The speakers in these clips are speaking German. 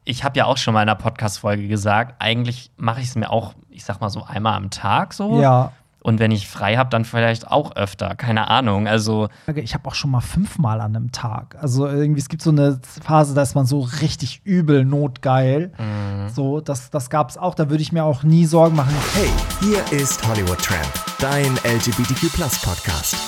ich habe ja auch schon mal in einer Podcast-Folge gesagt, eigentlich mache ich es mir auch, ich sag mal so einmal am Tag so. Ja. Und wenn ich frei habe, dann vielleicht auch öfter. Keine Ahnung. Also Ich habe auch schon mal 5-mal an einem Tag. Also irgendwie, es gibt so eine Phase, da ist man so richtig übel notgeil. So, das gab es auch. Da würde ich mir auch nie Sorgen machen. Hey, hier ist Hollywood Tramp, dein LGBTQ+-Podcast.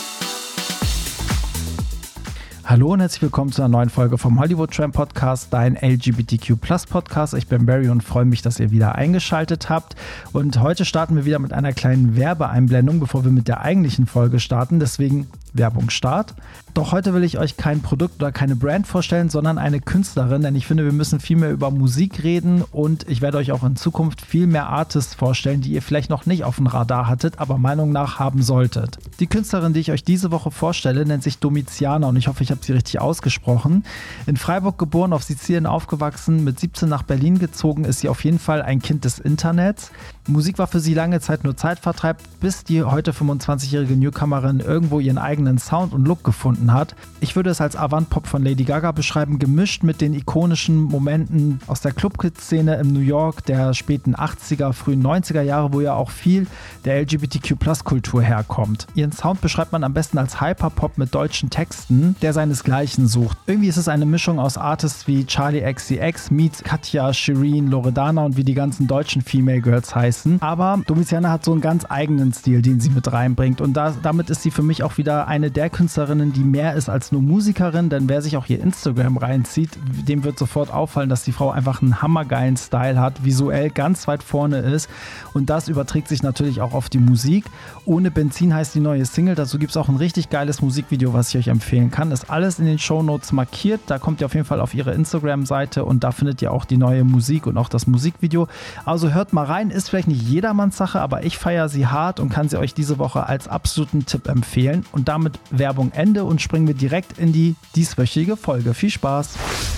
Hallo und herzlich willkommen zu einer neuen Folge vom Hollywood Tramp Podcast, dein LGBTQ+-Podcast. Ich bin Barry und freue mich, dass ihr wieder eingeschaltet habt. Und heute starten wir wieder mit einer kleinen Werbeeinblendung, bevor wir mit der eigentlichen Folge starten. Deswegen Werbung Start. Doch heute will ich euch kein Produkt oder keine Brand vorstellen, sondern eine Künstlerin, denn ich finde, wir müssen viel mehr über Musik reden und ich werde euch auch in Zukunft viel mehr Artists vorstellen, die ihr vielleicht noch nicht auf dem Radar hattet, aber Meinung nach haben solltet. Die Künstlerin, die ich euch diese Woche vorstelle, nennt sich Domiziana und ich hoffe, ich habe sie richtig ausgesprochen. In Freiburg geboren, auf Sizilien aufgewachsen, mit 17 nach Berlin gezogen, ist sie auf jeden Fall ein Kind des Internets. Musik war für sie lange Zeit nur Zeitvertreib, bis die heute 25-jährige Newcomerin irgendwo ihren eigenen Sound und Look gefunden hat. Ich würde es als Avant-Pop von Lady Gaga beschreiben, gemischt mit den ikonischen Momenten aus der Clubkids-Szene in New York der späten 80er, frühen 90er Jahre, wo ja auch viel der LGBTQ+-Kultur herkommt. Ihren Sound beschreibt man am besten als Hyperpop mit deutschen Texten, der seinesgleichen sucht. Irgendwie ist es eine Mischung aus Artists wie Charli XCX, meets Katja, Shireen, Loredana und wie die ganzen deutschen Female Girls heißen. Aber Domiziana hat so einen ganz eigenen Stil, den sie mit reinbringt. Und damit ist sie für mich auch wieder eine der Künstlerinnen, die mehr ist als nur Musikerin. Denn wer sich auch ihr Instagram reinzieht, dem wird sofort auffallen, dass die Frau einfach einen hammergeilen Style hat, visuell ganz weit vorne ist. Und das überträgt sich natürlich auch auf die Musik. Ohne Benzin heißt die neue Single. Dazu gibt es auch ein richtig geiles Musikvideo, was ich euch empfehlen kann. Ist alles in den Shownotes markiert. Da kommt ihr auf jeden Fall auf ihre Instagram-Seite und da findet ihr auch die neue Musik und auch das Musikvideo. Also hört mal rein. Ist vielleicht nicht jedermanns Sache, aber ich feiere sie hart und kann sie euch diese Woche als absoluten Tipp empfehlen. Und damit Werbung Ende und springen wir direkt in die dieswöchige Folge. Viel Spaß!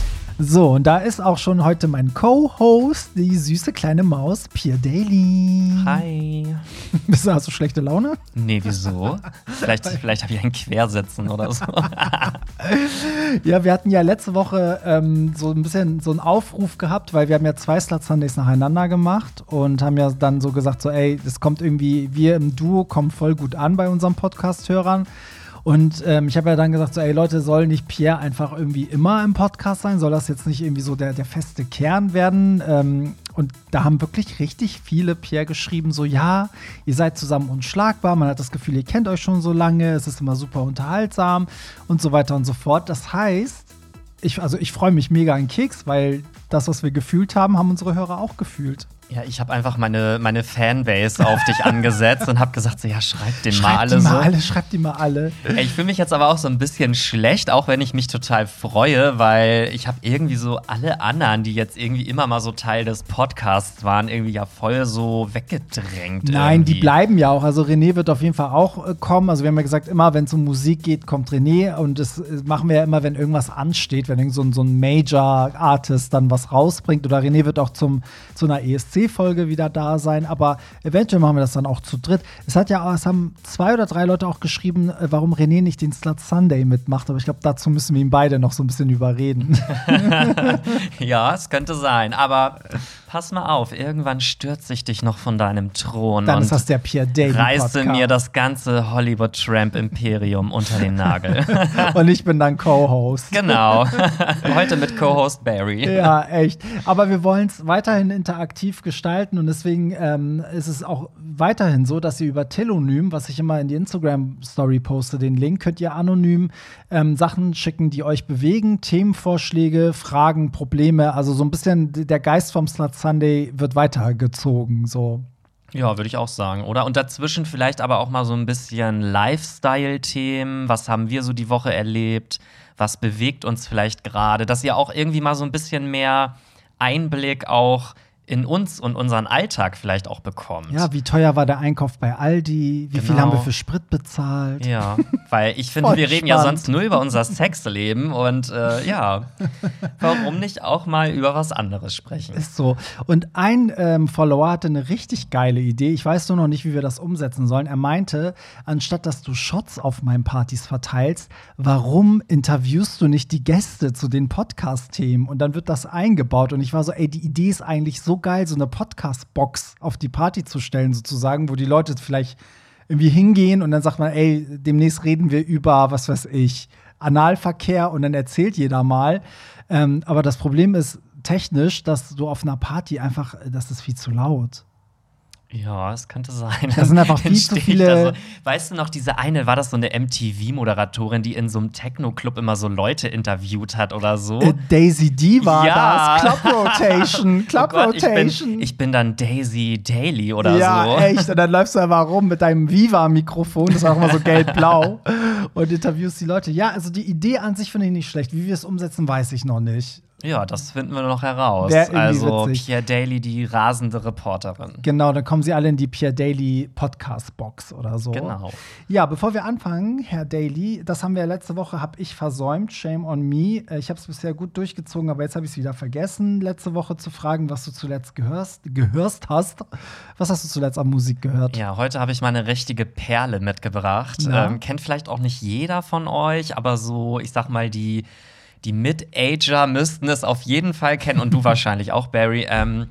So, und da ist auch schon heute mein Co-Host, die süße kleine Maus, Pierre Daly. Hi. Hast du schlechte Laune? Nee, wieso? Vielleicht habe ich ein Quersitzen oder so. Ja, wir hatten ja letzte Woche so ein bisschen so einen Aufruf gehabt, weil wir haben ja 2 Slut Sundays nacheinander gemacht und haben ja dann so gesagt, so ey, das kommt irgendwie, wir im Duo kommen voll gut an bei unseren Podcast-Hörern. Und ich habe ja dann gesagt, so, ey Leute, soll nicht Pierre einfach irgendwie immer im Podcast sein? Soll das jetzt nicht irgendwie so der feste Kern werden? Und da haben wirklich richtig viele Pierre geschrieben, so ja, ihr seid zusammen unschlagbar, man hat das Gefühl, ihr kennt euch schon so lange, es ist immer super unterhaltsam und so weiter und so fort. Das heißt, ich freue mich mega an Keks, weil das, was wir gefühlt haben, haben unsere Hörer auch gefühlt. Ja, ich habe einfach meine Fanbase auf dich angesetzt und habe gesagt, so, ja, schreibt die mal alle. Schreibt die mal alle. Ey, ich fühle mich jetzt aber auch so ein bisschen schlecht, auch wenn ich mich total freue, weil ich habe irgendwie so alle anderen, die jetzt irgendwie immer mal so Teil des Podcasts waren, irgendwie ja voll so weggedrängt. Nein, irgendwie. die bleiben ja auch. Also René wird auf jeden Fall auch kommen. Also wir haben ja gesagt, immer wenn es um Musik geht, kommt René. Und das machen wir ja immer, wenn irgendwas ansteht, wenn irgend so ein Major-Artist dann was rausbringt. Oder René wird auch zu einer ESC-Folge wieder da sein. Aber eventuell machen wir das dann auch zu dritt. Es haben 2 oder 3 Leute auch geschrieben, warum René nicht den Slut Sunday mitmacht. Aber ich glaube, dazu müssen wir ihn beide noch so ein bisschen überreden. Ja, es könnte sein. Aber pass mal auf, irgendwann stürze ich dich noch von deinem Thron Dann und ist das der Pierre Daly reiße Podcast. mir das ganze Hollywood Tramp Imperium unter den Nagel. Und ich bin dann Co-Host. Genau. Heute mit Co-Host Barry. Ja, echt. Aber wir wollen es weiterhin interaktiv gestalten und deswegen ist es auch weiterhin so, dass ihr über Telonym, was ich immer in die Instagram-Story poste, den Link, könnt ihr anonym Sachen schicken, die euch bewegen, Themenvorschläge, Fragen, Probleme, also so ein bisschen der Geist vom Slut Sunday wird weitergezogen, so. Ja, würde ich auch sagen, oder? Und dazwischen vielleicht aber auch mal so ein bisschen Lifestyle-Themen. Was haben wir so die Woche erlebt? Was bewegt uns vielleicht gerade? Dass ihr auch irgendwie mal so ein bisschen mehr Einblick auch in uns und unseren Alltag vielleicht auch bekommt. Ja, wie teuer war der Einkauf bei Aldi? Wie viel haben wir für Sprit bezahlt? Ja, weil ich finde, wir reden ja sonst nur über unser Sexleben und warum nicht auch mal über was anderes sprechen? Ist so. Und ein Follower hatte eine richtig geile Idee. Ich weiß nur noch nicht, wie wir das umsetzen sollen. Er meinte, anstatt dass du Shots auf meinen Partys verteilst, warum interviewst du nicht die Gäste zu den Podcast-Themen? Und dann wird das eingebaut. Und ich war so, ey, die Idee ist eigentlich so geil, so eine Podcast-Box auf die Party zu stellen, sozusagen, wo die Leute vielleicht irgendwie hingehen und dann sagt man, ey, demnächst reden wir über, was weiß ich, Analverkehr und dann erzählt jeder mal. Aber das Problem ist technisch, dass du auf einer Party einfach, das ist viel zu laut. Ja, es könnte sein. Das sind einfach viel zu viele. Weißt du noch, diese eine, war das so eine MTV-Moderatorin, die in so einem Techno-Club immer so Leute interviewt hat oder so? Daisy D war Ja. das. Club Rotation. Club Oh Gott, Rotation. ich bin dann Daisy Daily oder Ja, so. echt. Und dann läufst du einfach rum mit deinem Viva-Mikrofon, das war auch immer so gelb-blau, und interviewst die Leute. Ja, also die Idee an sich finde ich nicht schlecht. Wie wir es umsetzen, weiß ich noch nicht. Ja, das finden wir noch heraus. Wär irgendwie Also witzig. Pierre Daly, die rasende Reporterin. Genau, dann kommen sie alle in die Pierre Daly Podcast-Box oder so. Genau. Ja, bevor wir anfangen, Herr Daly, das haben wir letzte Woche, habe ich versäumt, shame on me. Ich habe es bisher gut durchgezogen, aber jetzt habe ich es wieder vergessen, letzte Woche zu fragen, was du zuletzt gehört hast. Was hast du zuletzt an Musik gehört? Ja, heute habe ich mal eine richtige Perle mitgebracht. Ja. Kennt vielleicht auch nicht jeder von euch, aber so, ich sag mal, die Mid-Ager müssten es auf jeden Fall kennen und du wahrscheinlich auch, Barry.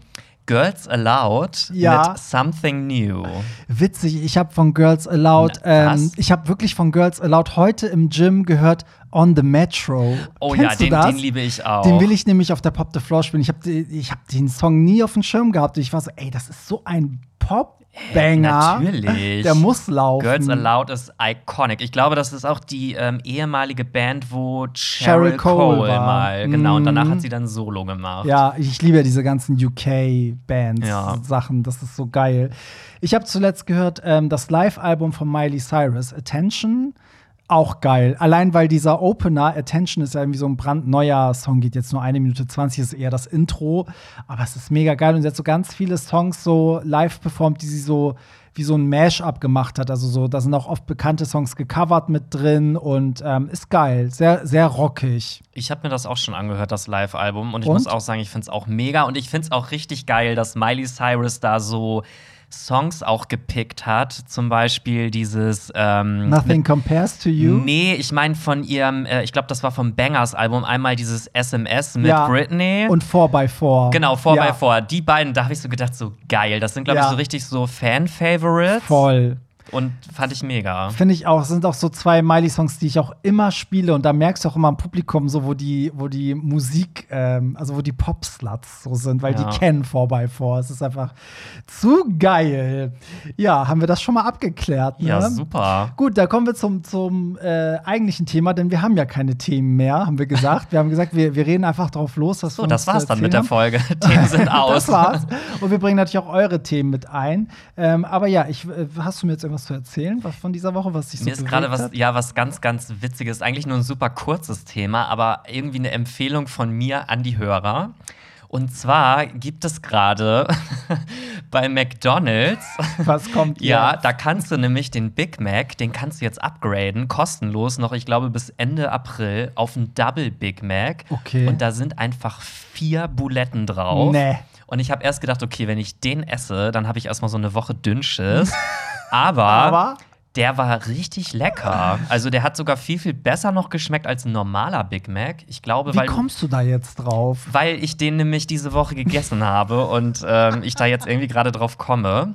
Girls Aloud Ja. mit Something New. Witzig, ich habe von Girls Aloud, Na, was? ich habe wirklich von Girls Aloud heute im Gym gehört, On the Metro. Oh Kennst du ja, das? den liebe ich auch. Den will ich nämlich auf der Pop the Floor spielen. Ich hab den Song nie auf dem Schirm gehabt. Ich war so, ey, das ist so ein Pop-Banger. Natürlich. Der muss laufen. Girls Aloud ist iconic. Ich glaube, das ist auch die ehemalige Band, wo Cheryl Cheryl Cole Cole war. mal, genau, und danach Mhm. hat sie dann Solo gemacht. Ja, ich liebe ja diese ganzen UK-Bands, Ja. Sachen. Das ist so geil. Ich habe zuletzt gehört, das Live-Album von Miley Cyrus, Attention. Auch geil. Allein weil dieser Opener, Attention, ist ja irgendwie so ein brandneuer Song, geht jetzt nur 1 Minute 20, ist eher das Intro. Aber es ist mega geil und sie hat so ganz viele Songs so live performt, die sie so wie so ein Mash-up gemacht hat. Also so, da sind auch oft bekannte Songs gecovert mit drin und ist geil. Sehr, sehr rockig. Ich habe mir das auch schon angehört, das Live-Album. Und ich Und? muss auch sagen, ich finde es auch mega. Und ich finde es auch richtig geil, dass Miley Cyrus da so Songs auch gepickt hat. Zum Beispiel dieses Nothing Compares to You. Nee, ich meine von ihrem, ich glaube, das war vom Bangers-Album, einmal dieses SMS mit Ja. Britney. Und 4x4. Genau, 4x4. Ja, Die beiden, da habe ich so gedacht, so geil. Das sind, glaube ich, Ja. so richtig so Fan-Favorites. voll. Und fand ich mega. Finde ich auch. Es sind auch so 2 Miley-Songs, die ich auch immer spiele. Und da merkst du auch immer im Publikum, so, wo die Musik, also wo die Pop-Sluts so sind, weil Ja. die kennen 4x4. Es ist einfach zu geil. Ja, haben wir das schon mal abgeklärt, ne? Ja, super. Gut, da kommen wir zum eigentlichen Thema, denn wir haben ja keine Themen mehr, haben wir gesagt. Wir haben gesagt, wir reden einfach drauf los. Was So, wir das uns war's zu dann mit erzählen der haben. Folge. Themen sind aus. Das war's. Und wir bringen natürlich auch eure Themen mit ein. Aber ja, hast du mir jetzt irgendwas zu erzählen, was von dieser Woche, was dich so Mir ist gerade bewegt was, hat? was ganz, ganz Witziges. Eigentlich nur ein super kurzes Thema, aber irgendwie eine Empfehlung von mir an die Hörer. Und zwar gibt es gerade bei McDonald's. Was kommt Ja, jetzt? da kannst du nämlich den Big Mac, den kannst du jetzt upgraden, kostenlos noch, ich glaube, bis Ende April auf einen Double Big Mac. Okay. Und da sind einfach 4 Buletten drauf. Nee. Und ich habe erst gedacht, okay, wenn ich den esse, dann habe ich erstmal so eine Woche Dünnschiss. Aber Aber der war richtig lecker. Also der hat sogar viel, viel besser noch geschmeckt als ein normaler Big Mac. Ich glaube, wie kommst du da jetzt drauf? weil ich den nämlich diese Woche gegessen habe und ich da jetzt irgendwie gerade drauf komme.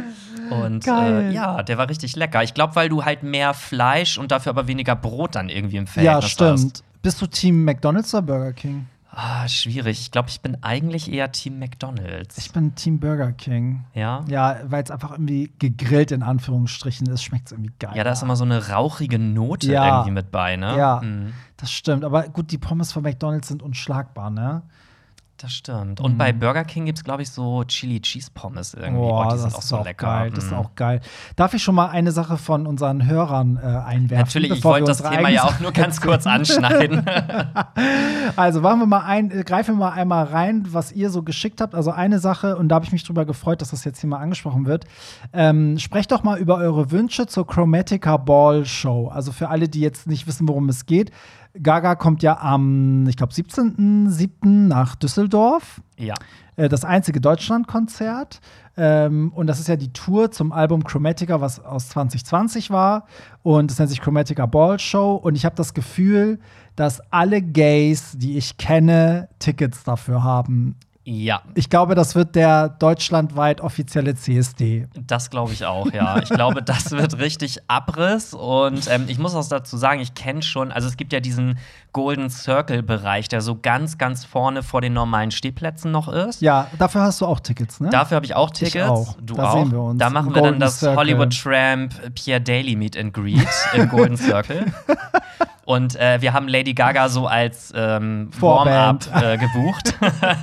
Und Geil. ja, der war richtig lecker. Ich glaube, weil du halt mehr Fleisch und dafür aber weniger Brot dann irgendwie im Ja, Verhältnis stimmt. hast. Bist du Team McDonald's oder Burger King? Ah, schwierig. Ich glaube, ich bin eigentlich eher Team McDonald's. Ich bin Team Burger King. Ja? Ja, weil es einfach irgendwie gegrillt in Anführungsstrichen ist, schmeckt es irgendwie geil. Ja, da ist immer so eine rauchige Note Ja. irgendwie mit bei, ne? Ja. Mhm. Das stimmt. Aber gut, die Pommes von McDonald's sind unschlagbar, ne? Das stimmt. Und bei Burger King gibt es, glaube ich, so Chili Cheese Pommes irgendwie. Boah, die sind das auch ist so auch lecker. geil. Das ist auch geil. Darf ich schon mal eine Sache von unseren Hörern einwerfen? Natürlich, ich wollte das Thema ja auch nur ganz kurz anschneiden. Also greifen wir mal einmal rein, was ihr so geschickt habt. Also eine Sache, und da habe ich mich drüber gefreut, dass das jetzt hier mal angesprochen wird. Sprecht doch mal über eure Wünsche zur Chromatica Ball Show. Also für alle, die jetzt nicht wissen, worum es geht. Gaga kommt ja am, ich glaube, 17.07. nach Düsseldorf. Ja. Das einzige Deutschlandkonzert. Und das ist ja die Tour zum Album Chromatica, was aus 2020 war. Und das nennt sich Chromatica Ball Show. Und ich habe das Gefühl, dass alle Gays, die ich kenne, Tickets dafür haben. Ja. Ich glaube, das wird der deutschlandweit offizielle CSD. Das glaube ich auch, ja. Ich glaube, das wird richtig Abriss. Und ich muss auch dazu sagen, ich kenne schon, also es gibt ja diesen Golden Circle-Bereich, der so ganz, ganz vorne vor den normalen Stehplätzen noch ist. Ja, dafür hast du auch Tickets, ne? Dafür habe ich auch Tickets. Ich auch. Du da auch. Sehen wir uns. Da machen wir dann das Circle. Hollywood Tramp Pierre Daly Meet and Greet im Golden Circle. Und wir haben Lady Gaga so als Warm-up gebucht.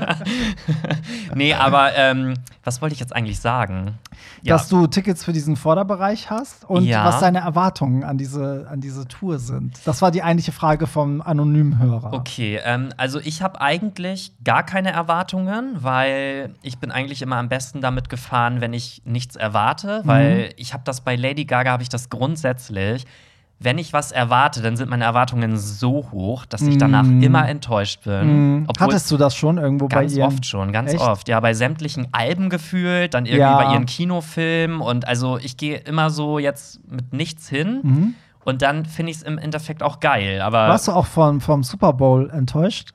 Nee, aber was wollte ich jetzt eigentlich sagen? Ja. Dass du Tickets für diesen Vorderbereich hast und was deine Erwartungen an diese Tour sind. Das war die eigentliche Frage vom anonymen Hörer. Okay, also ich habe eigentlich gar keine Erwartungen, weil ich bin eigentlich immer am besten damit gefahren, wenn ich nichts erwarte, weil ich habe das bei Lady Gaga, habe ich das grundsätzlich. Wenn ich was erwarte, dann sind meine Erwartungen so hoch, dass ich danach immer enttäuscht bin. Hattest du das schon irgendwo bei ihr? Ganz oft schon, ganz Echt? oft. Ja, bei sämtlichen Alben gefühlt, dann irgendwie bei ihren Kinofilmen. Und also ich gehe immer so jetzt mit nichts hin. Und dann finde ich es im Endeffekt auch geil. Aber warst du auch vom Super Bowl enttäuscht?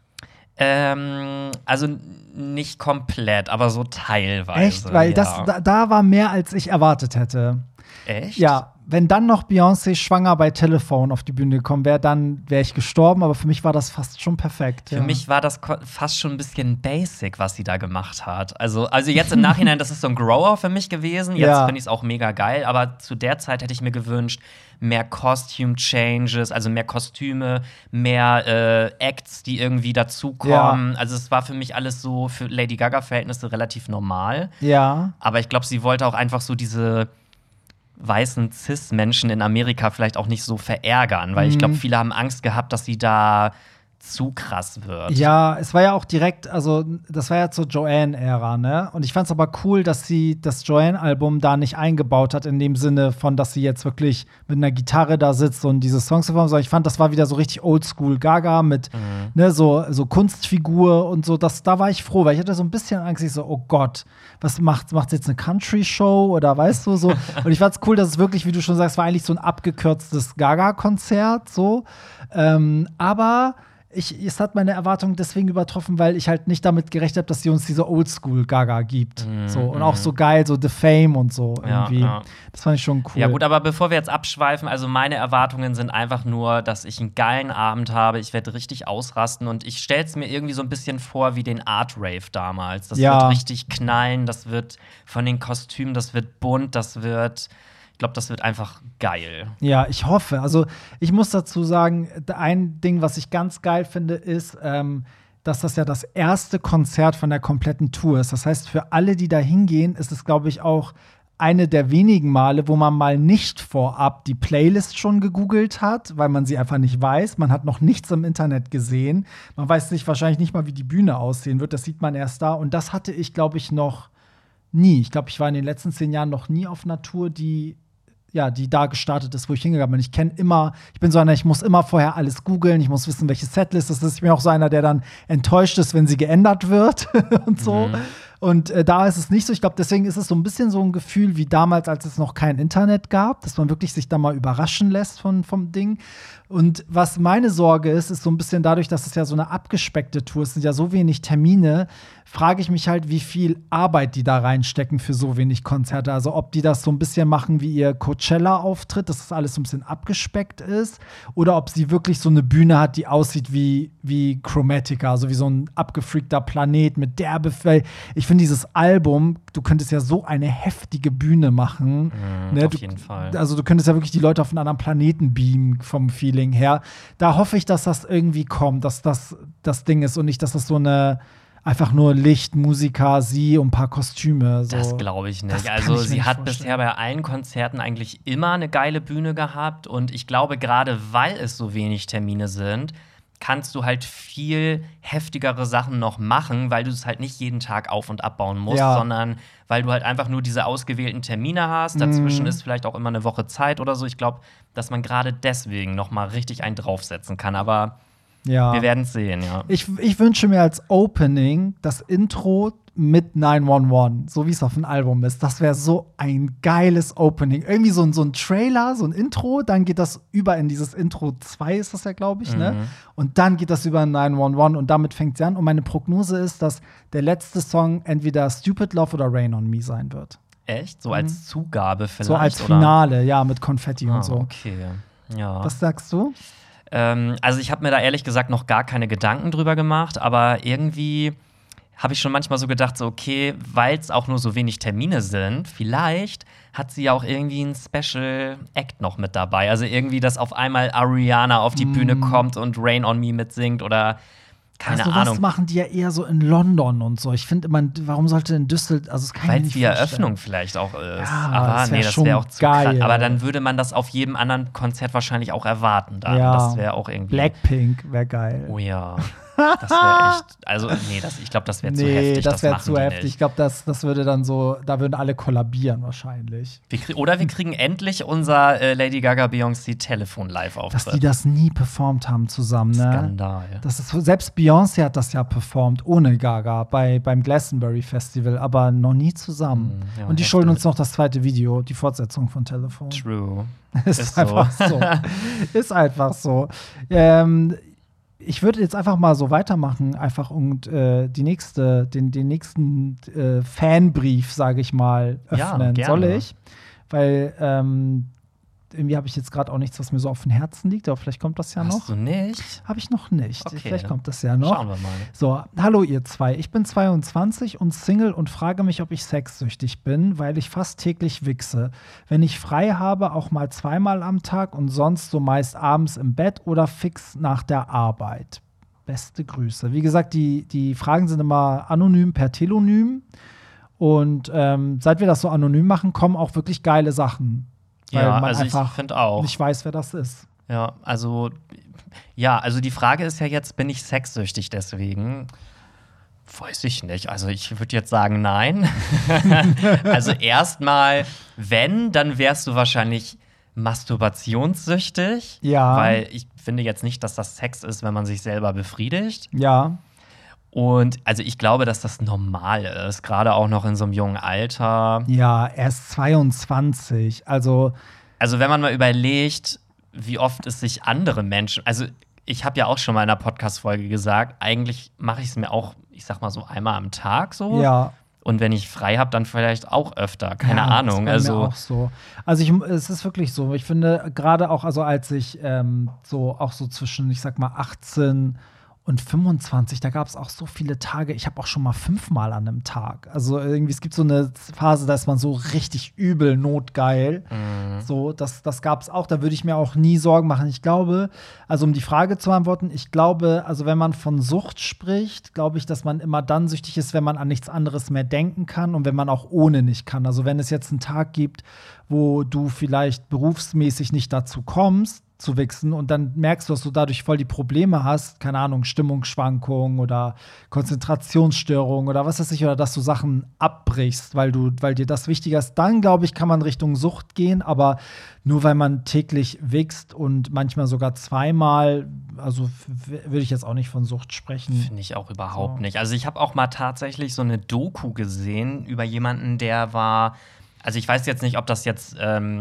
Also nicht komplett, aber so teilweise. Echt? Weil da war mehr, als ich erwartet hätte. Echt? Ja. Wenn dann noch Beyoncé schwanger bei Telefon auf die Bühne gekommen wäre, dann wäre ich gestorben. Aber für mich war das fast schon perfekt. Für mich war das fast schon ein bisschen basic, was sie da gemacht hat. Also jetzt im Nachhinein, das ist so ein Grower für mich gewesen. Jetzt finde ich es auch mega geil. Aber zu der Zeit hätte ich mir gewünscht, mehr Costume Changes, also mehr Kostüme, mehr Acts, die irgendwie dazukommen. Ja. Also es war für mich alles so für Lady Gaga-Verhältnisse relativ normal. Ja. Aber ich glaube, sie wollte auch einfach so diese weißen Cis-Menschen in Amerika vielleicht auch nicht so verärgern, weil ich glaube, viele haben Angst gehabt, dass sie da zu krass wird. Ja, es war ja auch direkt, also das war ja zur Joanne-Ära, ne? Und ich fand es aber cool, dass sie das Joanne-Album da nicht eingebaut hat, in dem Sinne von, dass sie jetzt wirklich mit einer Gitarre da sitzt und diese Songs performt, sondern ich fand, das war wieder so richtig Oldschool Gaga mit ne, so Kunstfigur und so. Da war ich froh, weil ich hatte so ein bisschen Angst, ich so, oh Gott, was macht jetzt eine Country-Show oder weißt du so? Und ich fand's cool, dass es wirklich, wie du schon sagst, war eigentlich so ein abgekürztes Gaga-Konzert so. Aber es hat meine Erwartungen deswegen übertroffen, weil ich halt nicht damit gerechnet habe, dass sie uns diese Oldschool-Gaga gibt. So. Und auch so geil, so The Fame und so irgendwie. Ja. Das fand ich schon cool. Ja gut, aber bevor wir jetzt abschweifen, also meine Erwartungen sind einfach nur, dass ich einen geilen Abend habe, ich werde richtig ausrasten und ich stelle es mir irgendwie so ein bisschen vor wie den Art Rave damals. Das wird richtig knallen, das wird von den Kostümen, das wird bunt, ich glaube, das wird einfach geil. Ja, ich hoffe. Also, ich muss dazu sagen, ein Ding, was ich ganz geil finde, ist, dass das ja das erste Konzert von der kompletten Tour ist. Das heißt, für alle, die da hingehen, ist es, glaube ich, auch eine der wenigen Male, wo man mal nicht vorab die Playlist schon gegoogelt hat, weil man sie einfach nicht weiß. Man hat noch nichts im Internet gesehen. Man weiß wahrscheinlich nicht mal, wie die Bühne aussehen wird. Das sieht man erst da. Und das hatte ich, glaube ich, noch nie. Ich glaube, ich war in den letzten 10 Jahren noch nie auf einer Tour, die da gestartet ist, wo ich hingegangen bin. Ich bin so einer, ich muss immer vorher alles googeln, ich muss wissen, welche Setlist das ist. Ich bin auch so einer, der dann enttäuscht ist, wenn sie geändert wird und so. Und da ist es nicht so. Ich glaube, deswegen ist es so ein bisschen so ein Gefühl wie damals, als es noch kein Internet gab, dass man wirklich sich da mal überraschen lässt vom Ding. Und was meine Sorge ist so ein bisschen dadurch, dass es ja so eine abgespeckte Tour ist, sind ja so wenig Termine, frage ich mich halt, wie viel Arbeit die da reinstecken für so wenig Konzerte. Also ob die das so ein bisschen machen wie ihr Coachella-Auftritt, dass das alles so ein bisschen abgespeckt ist, oder ob sie wirklich so eine Bühne hat, die aussieht wie Chromatica, also wie so ein abgefreakter Planet mit weil ich finde dieses Album, du könntest ja so eine heftige Bühne machen. Ne? Auf jeden Fall. Also du könntest ja wirklich die Leute auf einen anderen Planeten beamen vom Feeling her. Da hoffe ich, dass das irgendwie kommt, dass das Ding ist und nicht, dass das so eine einfach nur Licht, Musiker, sie und ein paar Kostüme. So. Das glaube ich nicht. Also sie hat bisher bei allen Konzerten eigentlich immer eine geile Bühne gehabt und ich glaube, gerade weil es so wenig Termine sind, kannst du halt viel heftigere Sachen noch machen, weil du es halt nicht jeden Tag auf- und abbauen musst, sondern weil du halt einfach nur diese ausgewählten Termine hast. Dazwischen ist vielleicht auch immer eine Woche Zeit oder so. Ich glaube, dass man gerade deswegen noch mal richtig einen draufsetzen kann. Aber wir werden es sehen, ja. Ich wünsche mir als Opening das Intro mit 911, so wie es auf dem Album ist. Das wäre so ein geiles Opening. Irgendwie so ein Trailer, so ein Intro, dann geht das über in dieses Intro 2 ist das ja, glaube ich, ne? Und dann geht das über in 911 und damit fängt sie an. Und meine Prognose ist, dass der letzte Song entweder Stupid Love oder Rain on Me sein wird. Echt? So als Zugabe vielleicht? So als Finale, ja, mit Konfetti und so. Okay, ja. Was sagst du? Also ich habe mir da ehrlich gesagt noch gar keine Gedanken drüber gemacht, aber irgendwie habe ich schon manchmal so gedacht, so okay, weil es auch nur so wenig Termine sind, vielleicht hat sie ja auch irgendwie einen Special Act noch mit dabei. Also irgendwie, dass auf einmal Ariana auf die Bühne kommt und Rain on Me mitsingt oder keine Ahnung. Das machen die ja eher so in London und so. Ich finde immer, warum sollte in Düsseldorf, also es kann weil ich mir es nicht die vorstellen. Eröffnung vielleicht auch ist. Ja, aber das das wäre auch zu geil. krass. Aber dann würde man das auf jedem anderen Konzert wahrscheinlich auch erwarten. Dann. Ja. Das wäre auch irgendwie. Blackpink wäre geil. Oh ja. Das wäre echt. Also, ich glaube, das wäre zu heftig. Das wäre zu heftig. Nicht. Ich glaube, das würde dann so, da würden alle kollabieren wahrscheinlich. Oder wir kriegen endlich unser Lady Gaga Beyoncé Telefon Live-Auftritt. Dass die das nie performt haben zusammen, ne? Skandal. Das ist, selbst Beyoncé hat das ja performt ohne Gaga beim Glastonbury Festival, aber noch nie zusammen. Ja, und die schulden uns noch das zweite Video, die Fortsetzung von Telefon. True. Ist einfach so. Ist einfach so. Ich würde jetzt einfach mal so weitermachen, einfach und den nächsten Fanbrief, sage ich mal, öffnen. Ja, soll ich? Weil irgendwie habe ich jetzt gerade auch nichts, was mir so auf dem Herzen liegt, aber vielleicht kommt das ja noch. Hast du nicht? Habe ich noch nicht. Okay, vielleicht kommt das ja noch. Schauen wir mal. So, hallo ihr zwei. Ich bin 22 und Single und frage mich, ob ich sexsüchtig bin, weil ich fast täglich wichse. Wenn ich frei habe, auch mal 2-mal am Tag und sonst so meist abends im Bett oder fix nach der Arbeit. Beste Grüße. Wie gesagt, die Fragen sind immer anonym per Telonym. Und seit wir das so anonym machen, kommen auch wirklich geile Sachen. Weil man also einfach ich finde auch. nicht weiß, wer das ist. Ja, also die Frage ist ja jetzt, bin ich sexsüchtig deswegen? Weiß ich nicht. Also ich würde jetzt sagen, nein. Also erstmal, wenn, dann wärst du wahrscheinlich masturbationssüchtig. Ja. Weil ich finde jetzt nicht, dass das Sex ist, wenn man sich selber befriedigt. Ja. Und also ich glaube, dass das normal ist, gerade auch noch in so einem jungen Alter. Ja, er ist 22. Also wenn man mal überlegt, wie oft es sich andere Menschen, also ich habe ja auch schon mal in einer Podcast-Folge gesagt, eigentlich mache ich es mir auch, ich sag mal so einmal am Tag so. Ja. Und wenn ich frei habe, dann vielleicht auch öfter. Keine Ahnung. Das war mir auch so. Also es ist wirklich so. Ich finde gerade auch, also als ich so zwischen, ich sag mal 18 und 25, da gab es auch so viele Tage. Ich habe auch schon mal 5-mal an einem Tag. Also irgendwie, es gibt so eine Phase, da ist man so richtig übel notgeil. So, das gab es auch. Da würde ich mir auch nie Sorgen machen. Ich glaube, also um die Frage zu beantworten, ich glaube, also wenn man von Sucht spricht, glaube ich, dass man immer dann süchtig ist, wenn man an nichts anderes mehr denken kann und wenn man auch ohne nicht kann. Also wenn es jetzt einen Tag gibt, wo du vielleicht berufsmäßig nicht dazu kommst, zu wichsen und dann merkst du, dass du dadurch voll die Probleme hast, keine Ahnung, Stimmungsschwankungen oder Konzentrationsstörungen oder was weiß ich, oder dass du Sachen abbrichst, weil dir das wichtiger ist, dann glaube ich, kann man Richtung Sucht gehen, aber nur weil man täglich wichst und manchmal sogar 2-mal, also würde ich jetzt auch nicht von Sucht sprechen. Finde ich auch überhaupt nicht. Also ich habe auch mal tatsächlich so eine Doku gesehen über jemanden, der war, also ich weiß jetzt nicht, ob das jetzt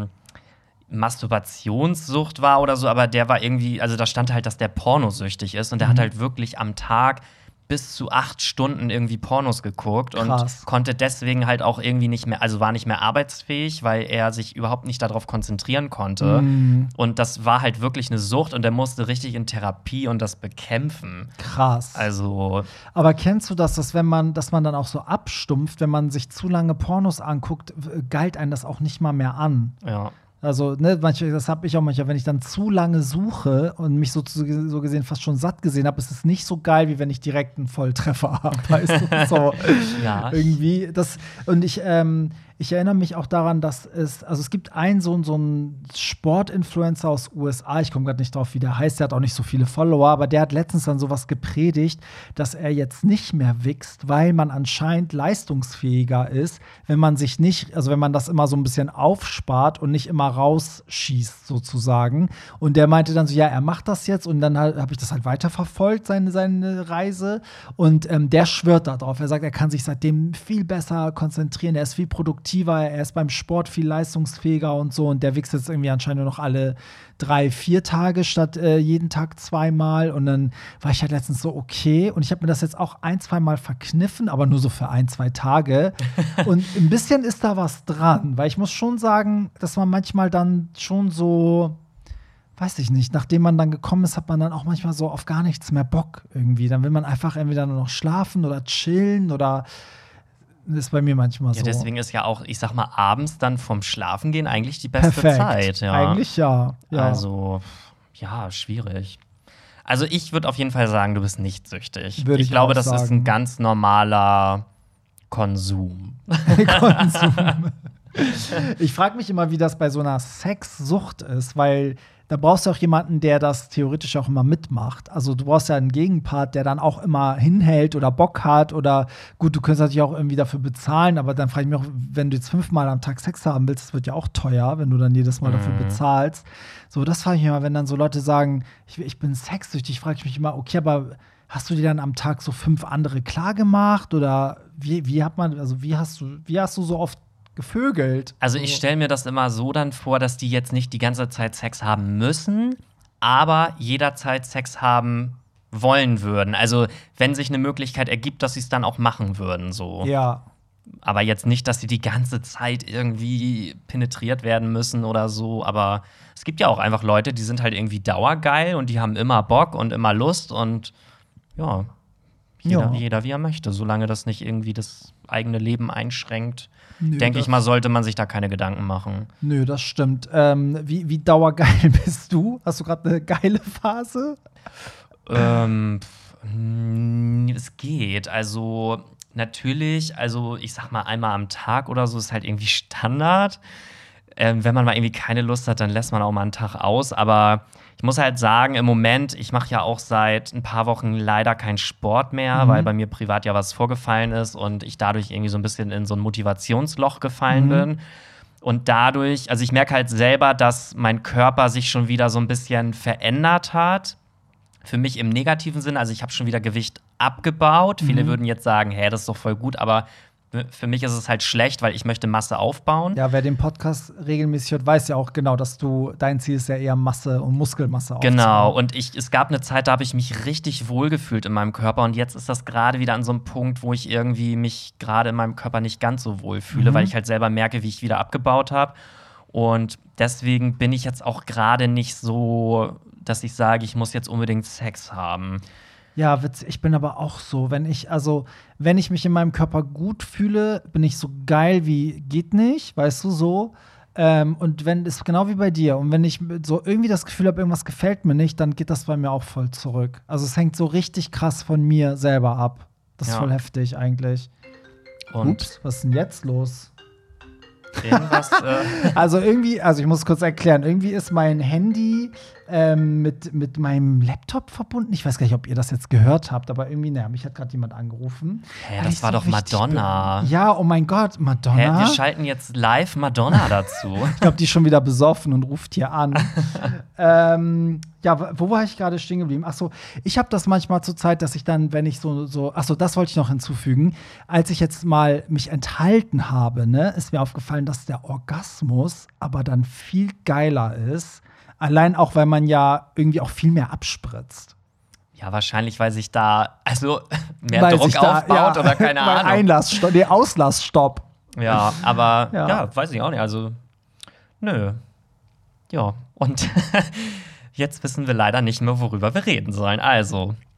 Masturbationssucht war oder so, aber der war irgendwie, also da stand halt, dass der pornosüchtig ist und der hat halt wirklich am Tag bis zu 8 Stunden irgendwie Pornos geguckt. Krass. Und konnte deswegen halt auch irgendwie nicht mehr, also war nicht mehr arbeitsfähig, weil er sich überhaupt nicht darauf konzentrieren konnte. Und das war halt wirklich eine Sucht und er musste richtig in Therapie und das bekämpfen. Krass. Also. Aber kennst du das, dass man dann auch so abstumpft, wenn man sich zu lange Pornos anguckt, galt einem das auch nicht mal mehr an? Ja. Also, ne, das habe ich auch manchmal, wenn ich dann zu lange suche und mich so gesehen fast schon satt gesehen habe, ist es nicht so geil, wie wenn ich direkt einen Volltreffer habe. Weißt du? So, Ja. irgendwie. Und ich erinnere mich auch daran, dass es gibt einen so einen Sportinfluencer aus USA, ich komme gerade nicht drauf, wie der heißt, der hat auch nicht so viele Follower, aber der hat letztens dann sowas gepredigt, dass er jetzt nicht mehr wächst, weil man anscheinend leistungsfähiger ist, wenn man wenn man das immer so ein bisschen aufspart und nicht immer rausschießt, sozusagen. Und der meinte dann so, ja, er macht das jetzt und dann habe ich das halt weiterverfolgt, seine Reise. Und der schwört darauf. Er sagt, er kann sich seitdem viel besser konzentrieren, er ist viel produktiver, er ist beim Sport viel leistungsfähiger und so. Und der wächst jetzt irgendwie anscheinend nur noch alle 3-4 Tage statt jeden Tag 2-mal. Und dann war ich halt letztens so, okay. Und ich habe mir das jetzt auch 1-2 Mal verkniffen, aber nur so für 1-2 Tage. Und ein bisschen ist da was dran, weil ich muss schon sagen, dass man manchmal dann schon so, weiß ich nicht, nachdem man dann gekommen ist, hat man dann auch manchmal so auf gar nichts mehr Bock irgendwie. Dann will man einfach entweder nur noch schlafen oder chillen oder ist bei mir manchmal so. Ja, deswegen ist ja auch, ich sag mal, abends dann vom Schlafengehen eigentlich die beste Zeit. Ja. Eigentlich ja. Also, ja, schwierig. Also ich würde auf jeden Fall sagen, du bist nicht süchtig. Würde ich glaube, auch das ist sagen. ein ganz normaler Konsum. Konsum. Ich frage mich immer, wie das bei so einer Sexsucht ist, weil da brauchst du auch jemanden, der das theoretisch auch immer mitmacht. Also du brauchst ja einen Gegenpart, der dann auch immer hinhält oder Bock hat oder gut, du könntest natürlich auch irgendwie dafür bezahlen, aber dann frage ich mich auch, wenn du jetzt 5-mal am Tag Sex haben willst, das wird ja auch teuer, wenn du dann jedes Mal dafür bezahlst. So, das frage ich mich immer, wenn dann so Leute sagen, ich bin sexsüchtig, frage ich mich immer, okay, aber hast du dir dann am Tag so 5 andere klar gemacht oder wie hast du so oft gevögelt? Also ich stelle mir das immer so dann vor, dass die jetzt nicht die ganze Zeit Sex haben müssen, aber jederzeit Sex haben wollen würden. Also wenn sich eine Möglichkeit ergibt, dass sie es dann auch machen würden, so. Ja. Aber jetzt nicht, dass sie die ganze Zeit irgendwie penetriert werden müssen oder so. Aber es gibt ja auch einfach Leute, die sind halt irgendwie dauergeil und die haben immer Bock und immer Lust und ja, jeder wie er möchte, solange das nicht irgendwie das eigene Leben einschränkt. Denke ich mal, sollte man sich da keine Gedanken machen. Nö, das stimmt. Wie dauergeil bist du? Hast du gerade eine geile Phase? Es geht. Also, natürlich, also ich sag mal, einmal am Tag oder so ist halt irgendwie Standard. Wenn man mal irgendwie keine Lust hat, dann lässt man auch mal einen Tag aus. Aber ich muss halt sagen, im Moment, ich mache ja auch seit ein paar Wochen leider keinen Sport mehr, weil bei mir privat ja was vorgefallen ist und ich dadurch irgendwie so ein bisschen in so ein Motivationsloch gefallen bin. Und dadurch, also ich merke halt selber, dass mein Körper sich schon wieder so ein bisschen verändert hat. Für mich im negativen Sinn, also ich habe schon wieder Gewicht abgebaut. Viele würden jetzt sagen, hä, das ist doch voll gut, aber für mich ist es halt schlecht, weil ich möchte Masse aufbauen. Ja, wer den Podcast regelmäßig hört, weiß ja auch genau, dass dein Ziel ist ja eher Masse und Muskelmasse aufzubauen. Genau, und es gab eine Zeit, da habe ich mich richtig wohlgefühlt in meinem Körper und jetzt ist das gerade wieder an so einem Punkt, wo ich irgendwie mich gerade in meinem Körper nicht ganz so wohl fühle, weil ich halt selber merke, wie ich wieder abgebaut habe. Und deswegen bin ich jetzt auch gerade nicht so, dass ich sage, ich muss jetzt unbedingt Sex haben. Ja, witzig. Ich bin aber auch so, wenn ich mich in meinem Körper gut fühle, bin ich so geil wie geht nicht, weißt du, so. Und wenn es genau wie bei dir und wenn ich so irgendwie das Gefühl habe, irgendwas gefällt mir nicht, dann geht das bei mir auch voll zurück. Also es hängt so richtig krass von mir selber ab. Das ist voll heftig eigentlich. Und Ups, was ist denn jetzt los? irgendwas. Also ich muss kurz erklären, irgendwie ist mein Handy mit meinem Laptop verbunden. Ich weiß gar nicht, ob ihr das jetzt gehört habt, aber irgendwie, mich hat gerade jemand angerufen. Hä, das war doch Madonna. Ja, oh mein Gott, Madonna. Hä, wir schalten jetzt live Madonna dazu. Ich glaube, die ist schon wieder besoffen und ruft hier an. Ja, wo war ich gerade stehen geblieben? Ach so, ich habe das manchmal zur Zeit, dass ich dann, wenn ich ach so, das wollte ich noch hinzufügen. Als ich jetzt mal mich enthalten habe, ist mir aufgefallen, dass der Orgasmus aber dann viel geiler ist. Allein auch, weil man ja irgendwie auch viel mehr abspritzt. Ja, wahrscheinlich, weil sich da mehr Druck aufbaut oder keine Ahnung. Auslassstopp. Ja, aber Ja. Weiß ich auch nicht. Also, nö. Ja, und jetzt wissen wir leider nicht mehr, worüber wir reden sollen. Also,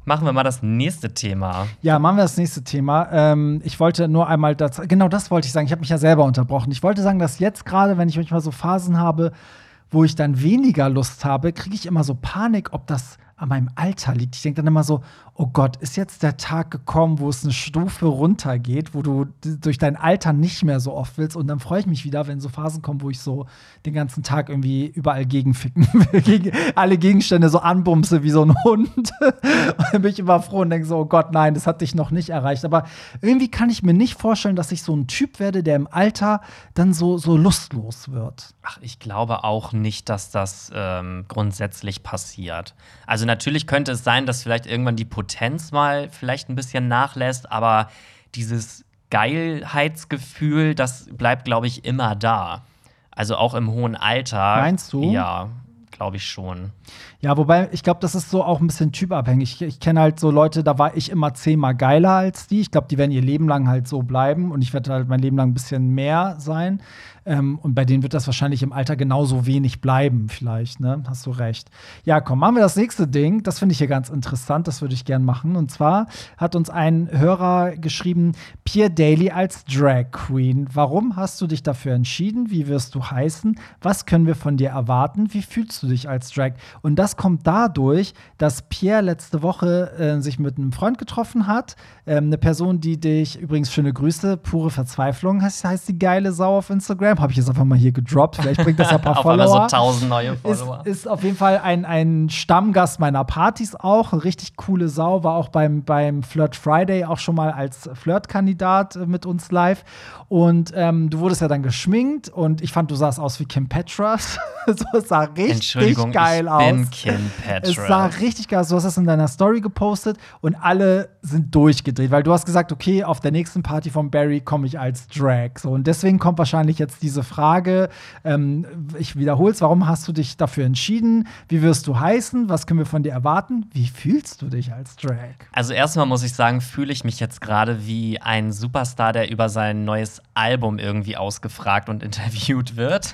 Machen wir mal das nächste Thema. Ja, machen wir das nächste Thema. Ich wollte nur einmal genau das wollte ich sagen. Ich habe mich ja selber unterbrochen. Ich wollte sagen, dass jetzt gerade, wenn ich manchmal so Phasen habe, wo ich dann weniger Lust habe, kriege ich immer so Panik, ob das an meinem Alter liegt. Ich denke dann immer so, oh Gott, ist jetzt der Tag gekommen, wo es eine Stufe runtergeht, wo du durch dein Alter nicht mehr so oft willst. Und dann freue ich mich wieder, wenn so Phasen kommen, wo ich so den ganzen Tag irgendwie überall gegenficken will, gegen alle Gegenstände so anbumse wie so ein Hund. Und dann bin ich immer froh und denke so, oh Gott, nein, das hat dich noch nicht erreicht. Aber irgendwie kann ich mir nicht vorstellen, dass ich so ein Typ werde, der im Alter dann so lustlos wird. Ach, ich glaube auch nicht, dass das grundsätzlich passiert. Also natürlich könnte es sein, dass vielleicht irgendwann die Potenz mal vielleicht ein bisschen nachlässt, aber dieses Geilheitsgefühl, das bleibt, glaube ich, immer da. Also auch im hohen Alter. Meinst du? Ja, glaube ich schon. Ja, wobei, ich glaube, das ist so auch ein bisschen typabhängig. Ich kenne halt so Leute, da war ich immer 10-mal geiler als die. Ich glaube, die werden ihr Leben lang halt so bleiben und ich werde halt mein Leben lang ein bisschen mehr sein. Und bei denen wird das wahrscheinlich im Alter genauso wenig bleiben, vielleicht, ne? Hast du recht. Ja, komm, machen wir das nächste Ding. Das finde ich hier ganz interessant, das würde ich gern machen. Und zwar hat uns ein Hörer geschrieben, Pierre Daly als Drag Queen. Warum hast du dich dafür entschieden? Wie wirst du heißen? Was können wir von dir erwarten? Wie fühlst du dich als Drag? Und das kommt dadurch, dass Pierre letzte Woche sich mit einem Freund getroffen hat. Eine Person, die dich, übrigens schöne Grüße, pure Verzweiflung heißt die geile Sau auf Instagram. Habe ich jetzt einfach mal hier gedroppt. Vielleicht bringt das ja ein paar Follower. Auf einmal so 1000 neue Follower. Ist auf jeden Fall ein Stammgast meiner Partys auch. Eine richtig coole Sau. War auch beim Flirt Friday auch schon mal als Flirtkandidat mit uns live. Und du wurdest ja dann geschminkt. Und ich fand, du sahst aus wie Kim Petras. Es sah richtig geil aus. Ich bin Kim Petras. Es sah richtig geil aus. Du hast das in deiner Story gepostet. Und alle sind durchgedreht. Weil du hast gesagt, okay, auf der nächsten Party von Barry komme ich als Drag. So, und deswegen kommt wahrscheinlich jetzt diese Frage, ich wiederhole es, warum hast du dich dafür entschieden? Wie wirst du heißen? Was können wir von dir erwarten? Wie fühlst du dich als Drag? Also erstmal muss ich sagen, fühle ich mich jetzt gerade wie ein Superstar, der über sein neues Album irgendwie ausgefragt und interviewt wird.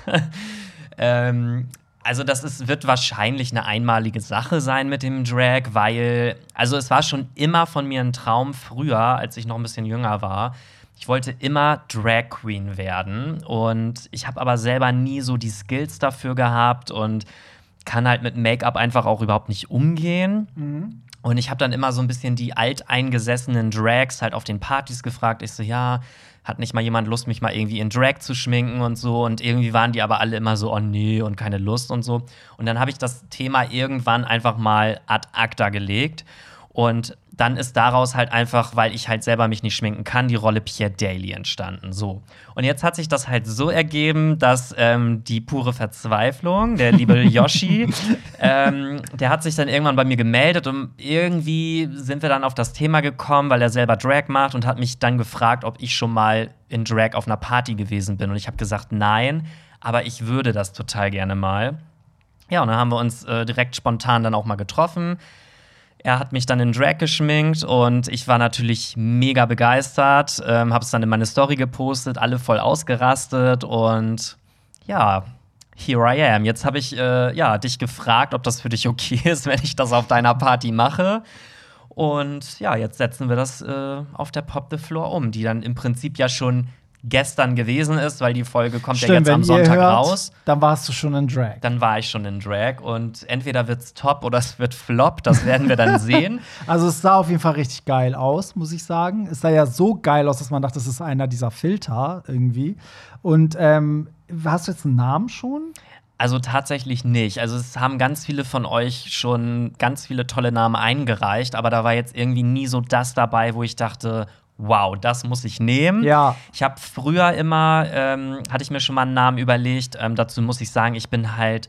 Also wird wahrscheinlich eine einmalige Sache sein mit dem Drag, weil, also es war schon immer von mir ein Traum früher, als ich noch ein bisschen jünger war. Ich wollte immer Drag Queen werden und ich habe aber selber nie so die Skills dafür gehabt und kann halt mit Make-up einfach auch überhaupt nicht umgehen. Mhm. Und ich habe dann immer so ein bisschen die alteingesessenen Drags halt auf den Partys gefragt. Ich so, ja, hat nicht mal jemand Lust, mich mal irgendwie in Drag zu schminken und so. Und irgendwie waren die aber alle immer so, oh nee, und keine Lust und so. Und dann habe ich das Thema irgendwann einfach mal ad acta gelegt. Und dann ist daraus halt einfach, weil ich halt selber mich nicht schminken kann, die Rolle Pierre Daly entstanden. So. Und jetzt hat sich das halt so ergeben, dass die pure Verzweiflung, der liebe Yoshi, der hat sich dann irgendwann bei mir gemeldet und irgendwie sind wir dann auf das Thema gekommen, weil er selber Drag macht und hat mich dann gefragt, ob ich schon mal in Drag auf einer Party gewesen bin. Und ich habe gesagt, nein, aber ich würde das total gerne mal. Ja, und dann haben wir uns direkt spontan dann auch mal getroffen. Er hat mich dann in Drag geschminkt und ich war natürlich mega begeistert, habe es dann in meine Story gepostet, alle voll ausgerastet und ja, here I am. Jetzt habe ich dich gefragt, ob das für dich okay ist, wenn ich das auf deiner Party mache. Und ja, jetzt setzen wir das auf der Pop the Floor um, die dann im Prinzip ja schon gestern gewesen ist, weil die Folge kommt ja jetzt am Sonntag raus. Dann warst du schon in Drag. Dann war ich schon in Drag und entweder wird's top oder es wird flop, das werden wir dann sehen. Also es sah auf jeden Fall richtig geil aus, muss ich sagen. Es sah ja so geil aus, dass man dachte, das ist einer dieser Filter irgendwie. Und hast du jetzt einen Namen schon? Also tatsächlich nicht. Also es haben ganz viele von euch schon ganz viele tolle Namen eingereicht, aber da war jetzt irgendwie nie so das dabei, wo ich dachte, wow, das muss ich nehmen. Ja. Ich habe früher immer, hatte ich mir schon mal einen Namen überlegt. Dazu muss ich sagen, ich bin halt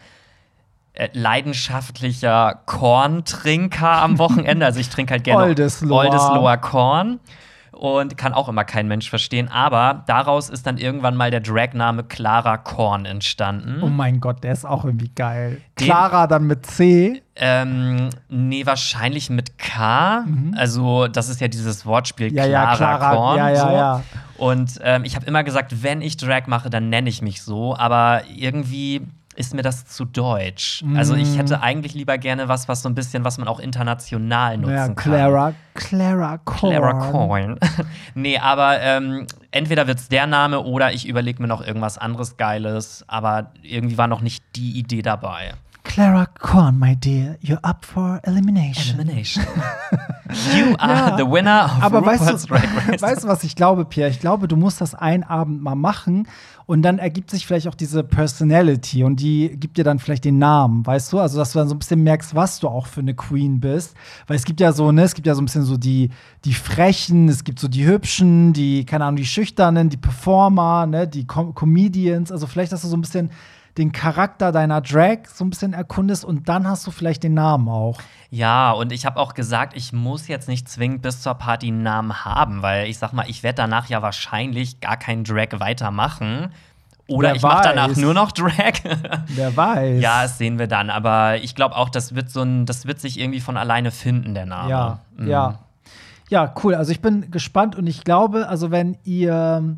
leidenschaftlicher Korntrinker am Wochenende. Also ich trinke halt gerne Oldesloher Korn. Und kann auch immer kein Mensch verstehen. Aber daraus ist dann irgendwann mal der Dragname Clara Korn entstanden. Oh mein Gott, der ist auch irgendwie geil. Clara dann mit C? Nee, wahrscheinlich mit K. Mhm. Also, das ist ja dieses Wortspiel Clara Korn. Ja. Und ich habe immer gesagt, wenn ich Drag mache, dann nenne ich mich so. Aber irgendwie ist mir das zu deutsch. Also ich hätte eigentlich lieber gerne was so ein bisschen, was man auch international nutzen kann. Clara Coin. Nee, aber entweder wird's der Name oder ich überlege mir noch irgendwas anderes Geiles. Aber irgendwie war noch nicht die Idee dabei. Clara Korn, my dear, you're up for elimination. You are the winner of RuPaul's Drag Race. Weißt du, was ich glaube, Pierre? Ich glaube, du musst das einen Abend mal machen und dann ergibt sich vielleicht auch diese Personality und die gibt dir dann vielleicht den Namen, weißt du? Also, dass du dann so ein bisschen merkst, was du auch für eine Queen bist. Weil es gibt ja so, es gibt ja so ein bisschen so die Frechen, es gibt so die Hübschen, die, keine Ahnung, die Schüchternen, die Performer, ne, die Comedians. Also, vielleicht hast du so ein bisschen den Charakter deiner Drag so ein bisschen erkundest und dann hast du vielleicht den Namen auch. Ja, und ich habe auch gesagt, ich muss jetzt nicht zwingend bis zur Party einen Namen haben, weil ich sag mal, ich werde danach ja wahrscheinlich gar keinen Drag weitermachen. Oder ich mache danach nur noch Drag. Wer weiß. Ja, das sehen wir dann. Aber ich glaube auch, das wird sich irgendwie von alleine finden, der Name. Ja, Ja, cool. Also ich bin gespannt und ich glaube, also wenn ihr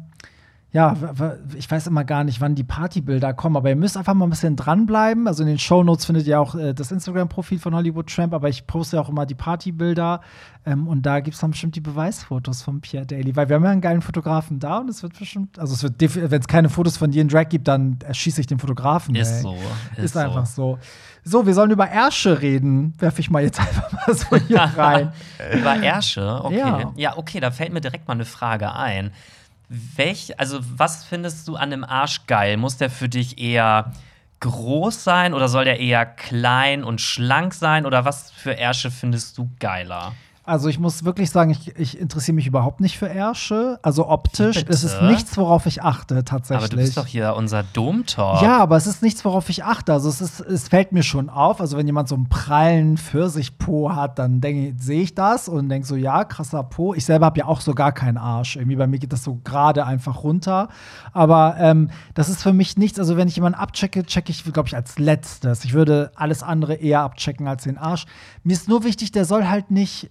ich weiß immer gar nicht, wann die Partybilder kommen, aber ihr müsst einfach mal ein bisschen dranbleiben. Also in den Shownotes findet ihr auch das Instagram-Profil von Hollywood Tramp, aber ich poste auch immer die Partybilder. Und da gibt es dann bestimmt die Beweisfotos von Pierre Daly, weil wir haben ja einen geilen Fotografen da und es wird bestimmt, also wenn es keine Fotos von dir in Drag gibt, dann erschieße ich den Fotografen. Ist so. Ist einfach so. So, wir sollen über Ärsche reden. Werfe ich mal jetzt einfach mal so hier rein. Über Ärsche? Okay. Ja, okay, da fällt mir direkt mal eine Frage ein. Was findest du an dem Arsch geil? Muss der für dich eher groß sein oder soll der eher klein und schlank sein? Oder was für Ärsche findest du geiler? Also ich muss wirklich sagen, ich interessiere mich überhaupt nicht für Ärsche. Also optisch ist es nichts, worauf ich achte, tatsächlich. Aber du bist doch hier unser Domtalk. Ja, aber es ist nichts, worauf ich achte. Also es fällt mir schon auf. Also wenn jemand so einen prallen Pfirsichpo hat, dann sehe ich das und denke so, ja, krasser Po. Ich selber habe ja auch so gar keinen Arsch. Irgendwie bei mir geht das so gerade einfach runter. Aber das ist für mich nichts. Also wenn ich jemanden abchecke, checke ich, glaube ich, als letztes. Ich würde alles andere eher abchecken als den Arsch. Mir ist nur wichtig, der soll halt nicht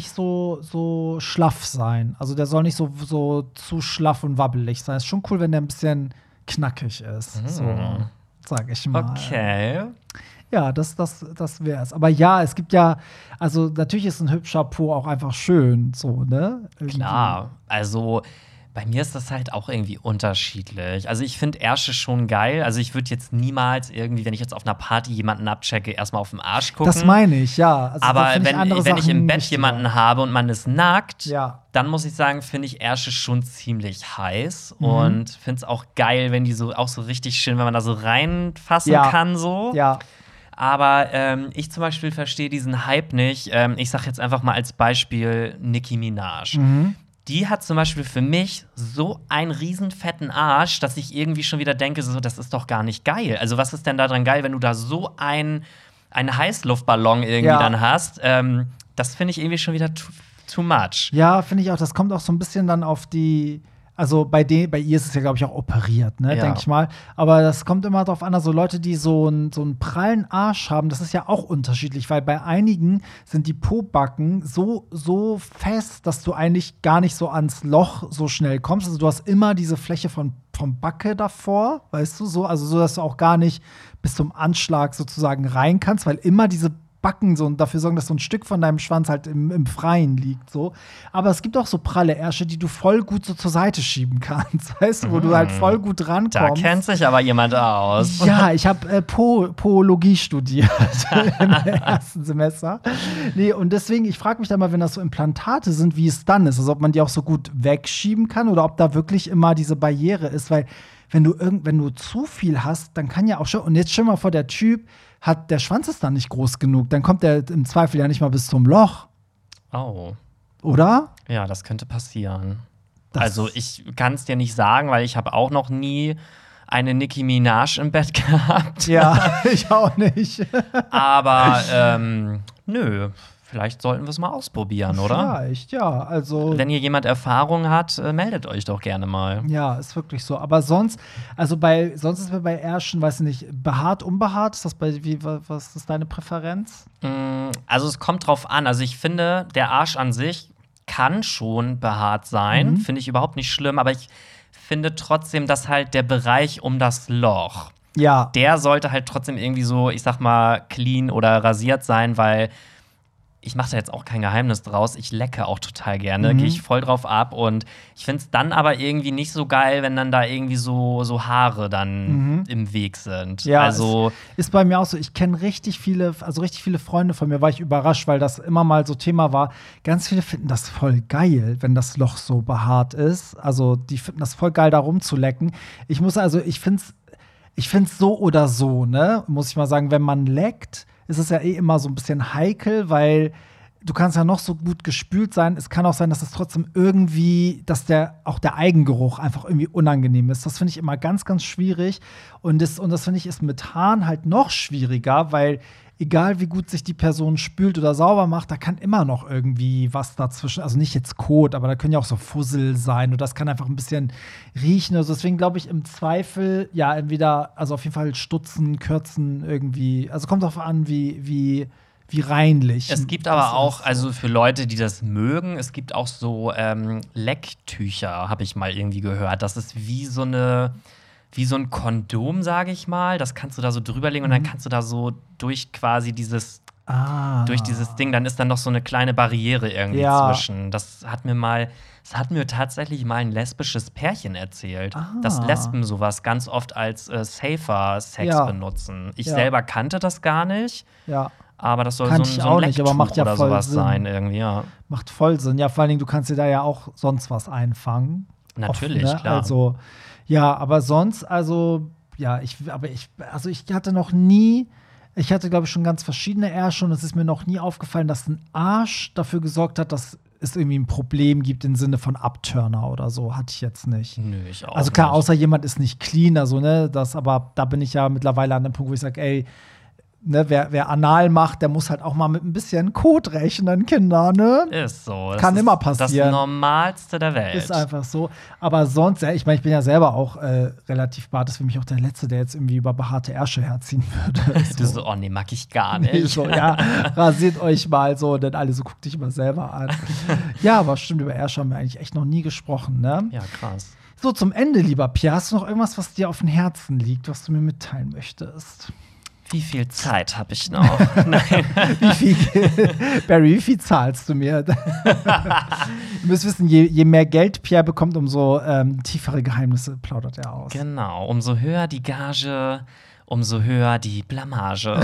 so schlaff sein. Also der soll nicht so zu schlaff und wabbelig sein. Ist schon cool, wenn der ein bisschen knackig ist. So, sag ich mal. Okay. Ja, das wär's. Aber ja, es gibt ja, also natürlich ist ein hübscher Po auch einfach schön, so, ne? Irgendwie. Klar, also bei mir ist das halt auch irgendwie unterschiedlich. Also ich finde Ärsche schon geil. Also ich würde jetzt niemals irgendwie, wenn ich jetzt auf einer Party jemanden abchecke, erstmal auf den Arsch gucken. Das meine ich, ja. Also aber wenn ich im Bett jemanden habe und man ist nackt, ja, dann muss ich sagen, finde ich Ärsche schon ziemlich heiß. Und finde es auch geil, wenn die auch so richtig schön, wenn man da so reinfassen kann, so. Ja. Aber ich zum Beispiel verstehe diesen Hype nicht. Ich sag jetzt einfach mal als Beispiel Nicki Minaj. Die hat zum Beispiel für mich so einen riesen fetten Arsch, dass ich irgendwie schon wieder denke, so, das ist doch gar nicht geil. Also was ist denn daran geil, wenn du da so einen Heißluftballon irgendwie dann hast? Das finde ich irgendwie schon wieder too much. Ja, finde ich auch. Das kommt auch so ein bisschen dann auf die. Also bei ihr ist es ja, glaube ich, auch operiert, ne, denke ich mal. Aber das kommt immer darauf an, also Leute, die so einen prallen Arsch haben, das ist ja auch unterschiedlich, weil bei einigen sind die Pobacken so fest, dass du eigentlich gar nicht so ans Loch so schnell kommst. Also du hast immer diese Fläche vom Backe davor, weißt du, so, also so, dass du auch gar nicht bis zum Anschlag sozusagen rein kannst, weil immer diese Backen so und dafür sorgen, dass so ein Stück von deinem Schwanz halt im Freien liegt, so. Aber es gibt auch so pralle Ärsche, die du voll gut so zur Seite schieben kannst, weißt du, wo du halt voll gut rankommst. Da kennt sich aber jemand aus. Ja, ich habe Poologie studiert im ersten Semester. Nee, und deswegen, ich frage mich dann mal, wenn das so Implantate sind, wie es dann ist. Also ob man die auch so gut wegschieben kann oder ob da wirklich immer diese Barriere ist, weil wenn du zu viel hast, dann kann ja auch schon, und jetzt stell mal vor, der Typ der Schwanz ist dann nicht groß genug, dann kommt der im Zweifel ja nicht mal bis zum Loch. Oh. Oder? Ja, das könnte passieren. Also ich kann es dir nicht sagen, weil ich habe auch noch nie eine Nicki Minaj im Bett gehabt. Ja, ich auch nicht. Aber nö, vielleicht sollten wir es mal ausprobieren, oder? Vielleicht, ja. Also, wenn hier jemand Erfahrung hat, meldet euch doch gerne mal. Ja, ist wirklich so. Aber sonst ist mir bei Ärschen, weiß ich nicht, behaart, unbehaart, ist das was ist deine Präferenz? Also es kommt drauf an. Also ich finde, der Arsch an sich kann schon behaart sein. Finde ich überhaupt nicht schlimm. Aber ich finde trotzdem, dass halt der Bereich um das Loch, Ja. Der sollte halt trotzdem irgendwie so, ich sag mal, clean oder rasiert sein, weil ich mache da jetzt auch kein Geheimnis draus. Ich lecke auch total gerne, gehe ich voll drauf ab. Und ich finde es dann aber irgendwie nicht so geil, wenn dann da irgendwie so Haare dann im Weg sind. Ja, also ist bei mir auch so. Ich kenne richtig viele Freunde von mir, war ich überrascht, weil das immer mal so Thema war. Ganz viele finden das voll geil, wenn das Loch so behaart ist. Also die finden das voll geil, da rumzulecken. Ich finde es so oder so, ne? Muss ich mal sagen, wenn man leckt, ist es ja immer so ein bisschen heikel, weil du kannst ja noch so gut gespült sein. Es kann auch sein, dass es trotzdem irgendwie, dass auch der Eigengeruch einfach irgendwie unangenehm ist. Das finde ich immer ganz, ganz schwierig. Und das finde ich ist mit Haaren halt noch schwieriger, weil egal wie gut sich die Person spült oder sauber macht, da kann immer noch irgendwie was dazwischen, also nicht jetzt Kot, aber da können ja auch so Fussel sein und das kann einfach ein bisschen riechen. Also deswegen glaube ich im Zweifel, ja, entweder, also auf jeden Fall stutzen, kürzen irgendwie, also kommt darauf an, wie reinlich. Es gibt aber auch, also für Leute, die das mögen, es gibt auch so Lecktücher, habe ich mal irgendwie gehört. Das ist wie so ein Kondom, sage ich mal. Das kannst du da so drüberlegen und dann kannst du da so durch quasi dieses Ding, dann ist dann noch so eine kleine Barriere irgendwie zwischen. Das hat mir tatsächlich mal ein lesbisches Pärchen erzählt, dass Lesben sowas ganz oft als safer Sex benutzen. Ich selber kannte das gar nicht. Ja. Aber das soll Kannte so ich ein auch nicht, aber Lecktuch macht ja oder voll sowas Sinn. sein irgendwie, ja. Macht voll Sinn. Ja, vor allen Dingen, du kannst dir da ja auch sonst was einfangen. Natürlich, oft, ne? klar. Also, ja, aber sonst, also, ja, ich hatte noch nie, ich hatte, glaube ich, schon ganz verschiedene Ärsche und es ist mir noch nie aufgefallen, dass ein Arsch dafür gesorgt hat, dass es irgendwie ein Problem gibt im Sinne von Abturner oder so. Hatte ich jetzt nicht. Nö, ich auch Also klar, nicht. außer jemand ist nicht clean, also, ne, aber da bin ich ja mittlerweile an dem Punkt, wo ich sage, ey, ne, wer anal macht, der muss halt auch mal mit ein bisschen Kot rechnen, Kinder, ne? Ist so. Das Kann ist immer passieren. Das Normalste der Welt. Ist einfach so. Aber sonst, ja, ich meine, ich bin ja selber auch relativ behaart. Das ist für mich auch der Letzte, der jetzt irgendwie über behaarte Ärsche herziehen würde. Du so, oh nee, mag ich gar nicht. Nee, so, ja, rasiert euch mal so, denn alle so, guck dich mal selber an. Ja, aber stimmt, über Ärsche haben wir eigentlich echt noch nie gesprochen, ne? Ja, krass. So, zum Ende, lieber Pierre, hast du noch irgendwas, was dir auf dem Herzen liegt, was du mir mitteilen möchtest? Wie viel Zeit habe ich noch? Nein. Barry, wie viel zahlst du mir? Ihr müsst wissen, je mehr Geld Pierre bekommt, umso tiefere Geheimnisse plaudert er aus. Genau, umso höher die Gage, umso höher die Blamage.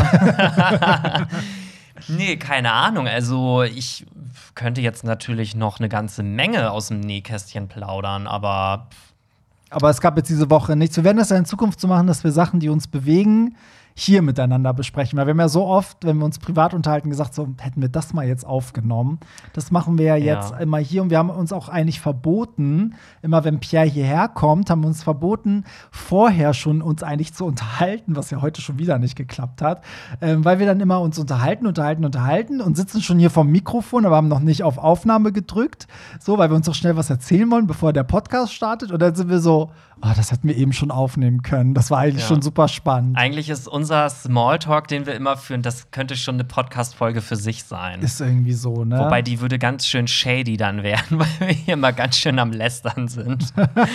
Nee, keine Ahnung. Also ich könnte jetzt natürlich noch eine ganze Menge aus dem Nähkästchen plaudern, aber es gab jetzt diese Woche nichts. Wir werden das ja in Zukunft so machen, dass wir Sachen, die uns bewegen, hier miteinander besprechen. Weil wir haben ja so oft, wenn wir uns privat unterhalten, gesagt, so hätten wir das mal jetzt aufgenommen. Das machen wir ja jetzt immer hier. Und wir haben uns auch eigentlich verboten, immer wenn Pierre hierher kommt, haben wir uns verboten, vorher schon uns eigentlich zu unterhalten, was ja heute schon wieder nicht geklappt hat. Weil wir dann immer uns unterhalten und sitzen schon hier vorm Mikrofon, aber haben noch nicht auf Aufnahme gedrückt. So, weil wir uns doch schnell was erzählen wollen, bevor der Podcast startet. Und dann sind wir so, das hätten wir eben schon aufnehmen können. Das war eigentlich schon super spannend. Eigentlich ist unser Smalltalk, den wir immer führen, das könnte schon eine Podcast-Folge für sich sein. Ist irgendwie so, ne? Wobei die würde ganz schön shady dann werden, weil wir hier immer ganz schön am Lästern sind.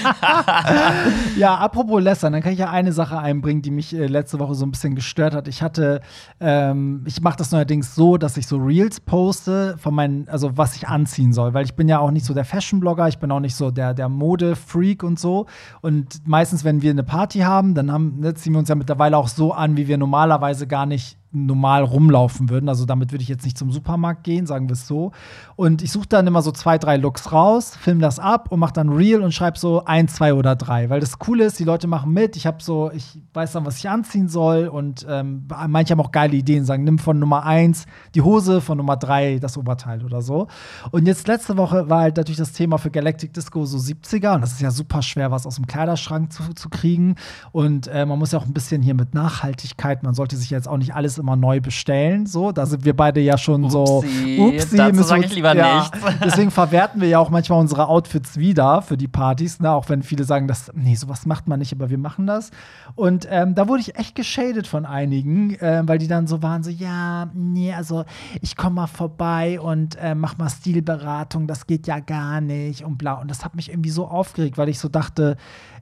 Ja, apropos Lästern, dann kann ich ja eine Sache einbringen, die mich letzte Woche so ein bisschen gestört hat. Ich mache das neuerdings so, dass ich so Reels poste also was ich anziehen soll, weil ich bin ja auch nicht so der Fashion-Blogger, ich bin auch nicht so der Mode-Freak und so. Und meistens, wenn wir eine Party haben, dann ziehen wir uns ja mittlerweile auch so an, wie wir normalerweise gar nicht normal rumlaufen würden. Also damit würde ich jetzt nicht zum Supermarkt gehen, sagen wir es so. Und ich suche dann immer so 2, 3 Looks raus, film das ab und mache dann Reel und schreibe so 1, 2 oder 3. Weil das Coole ist, die Leute machen mit. Ich weiß dann, was ich anziehen soll. Und manche haben auch geile Ideen, sagen, nimm von Nummer 1 die Hose, von Nummer 3 das Oberteil oder so. Und jetzt letzte Woche war halt natürlich das Thema für Galactic Disco so 70er. Und das ist ja super schwer, was aus dem Kleiderschrank zu kriegen. Und man muss ja auch ein bisschen hier mit Nachhaltigkeit, man sollte sich jetzt auch nicht alles immer neu bestellen. So, da sind wir beide ja schon so. Upsi, dazu sage ich lieber nichts. Deswegen verwerten wir ja auch manchmal unsere Outfits wieder für die Partys, ne? Auch wenn viele sagen, sowas macht man nicht, aber wir machen das. Und da wurde ich echt geschadet von einigen, weil die dann so waren, so, ja, nee, also ich komme mal vorbei und mach mal Stilberatung, das geht ja gar nicht und bla. Und das hat mich irgendwie so aufgeregt, weil ich so dachte,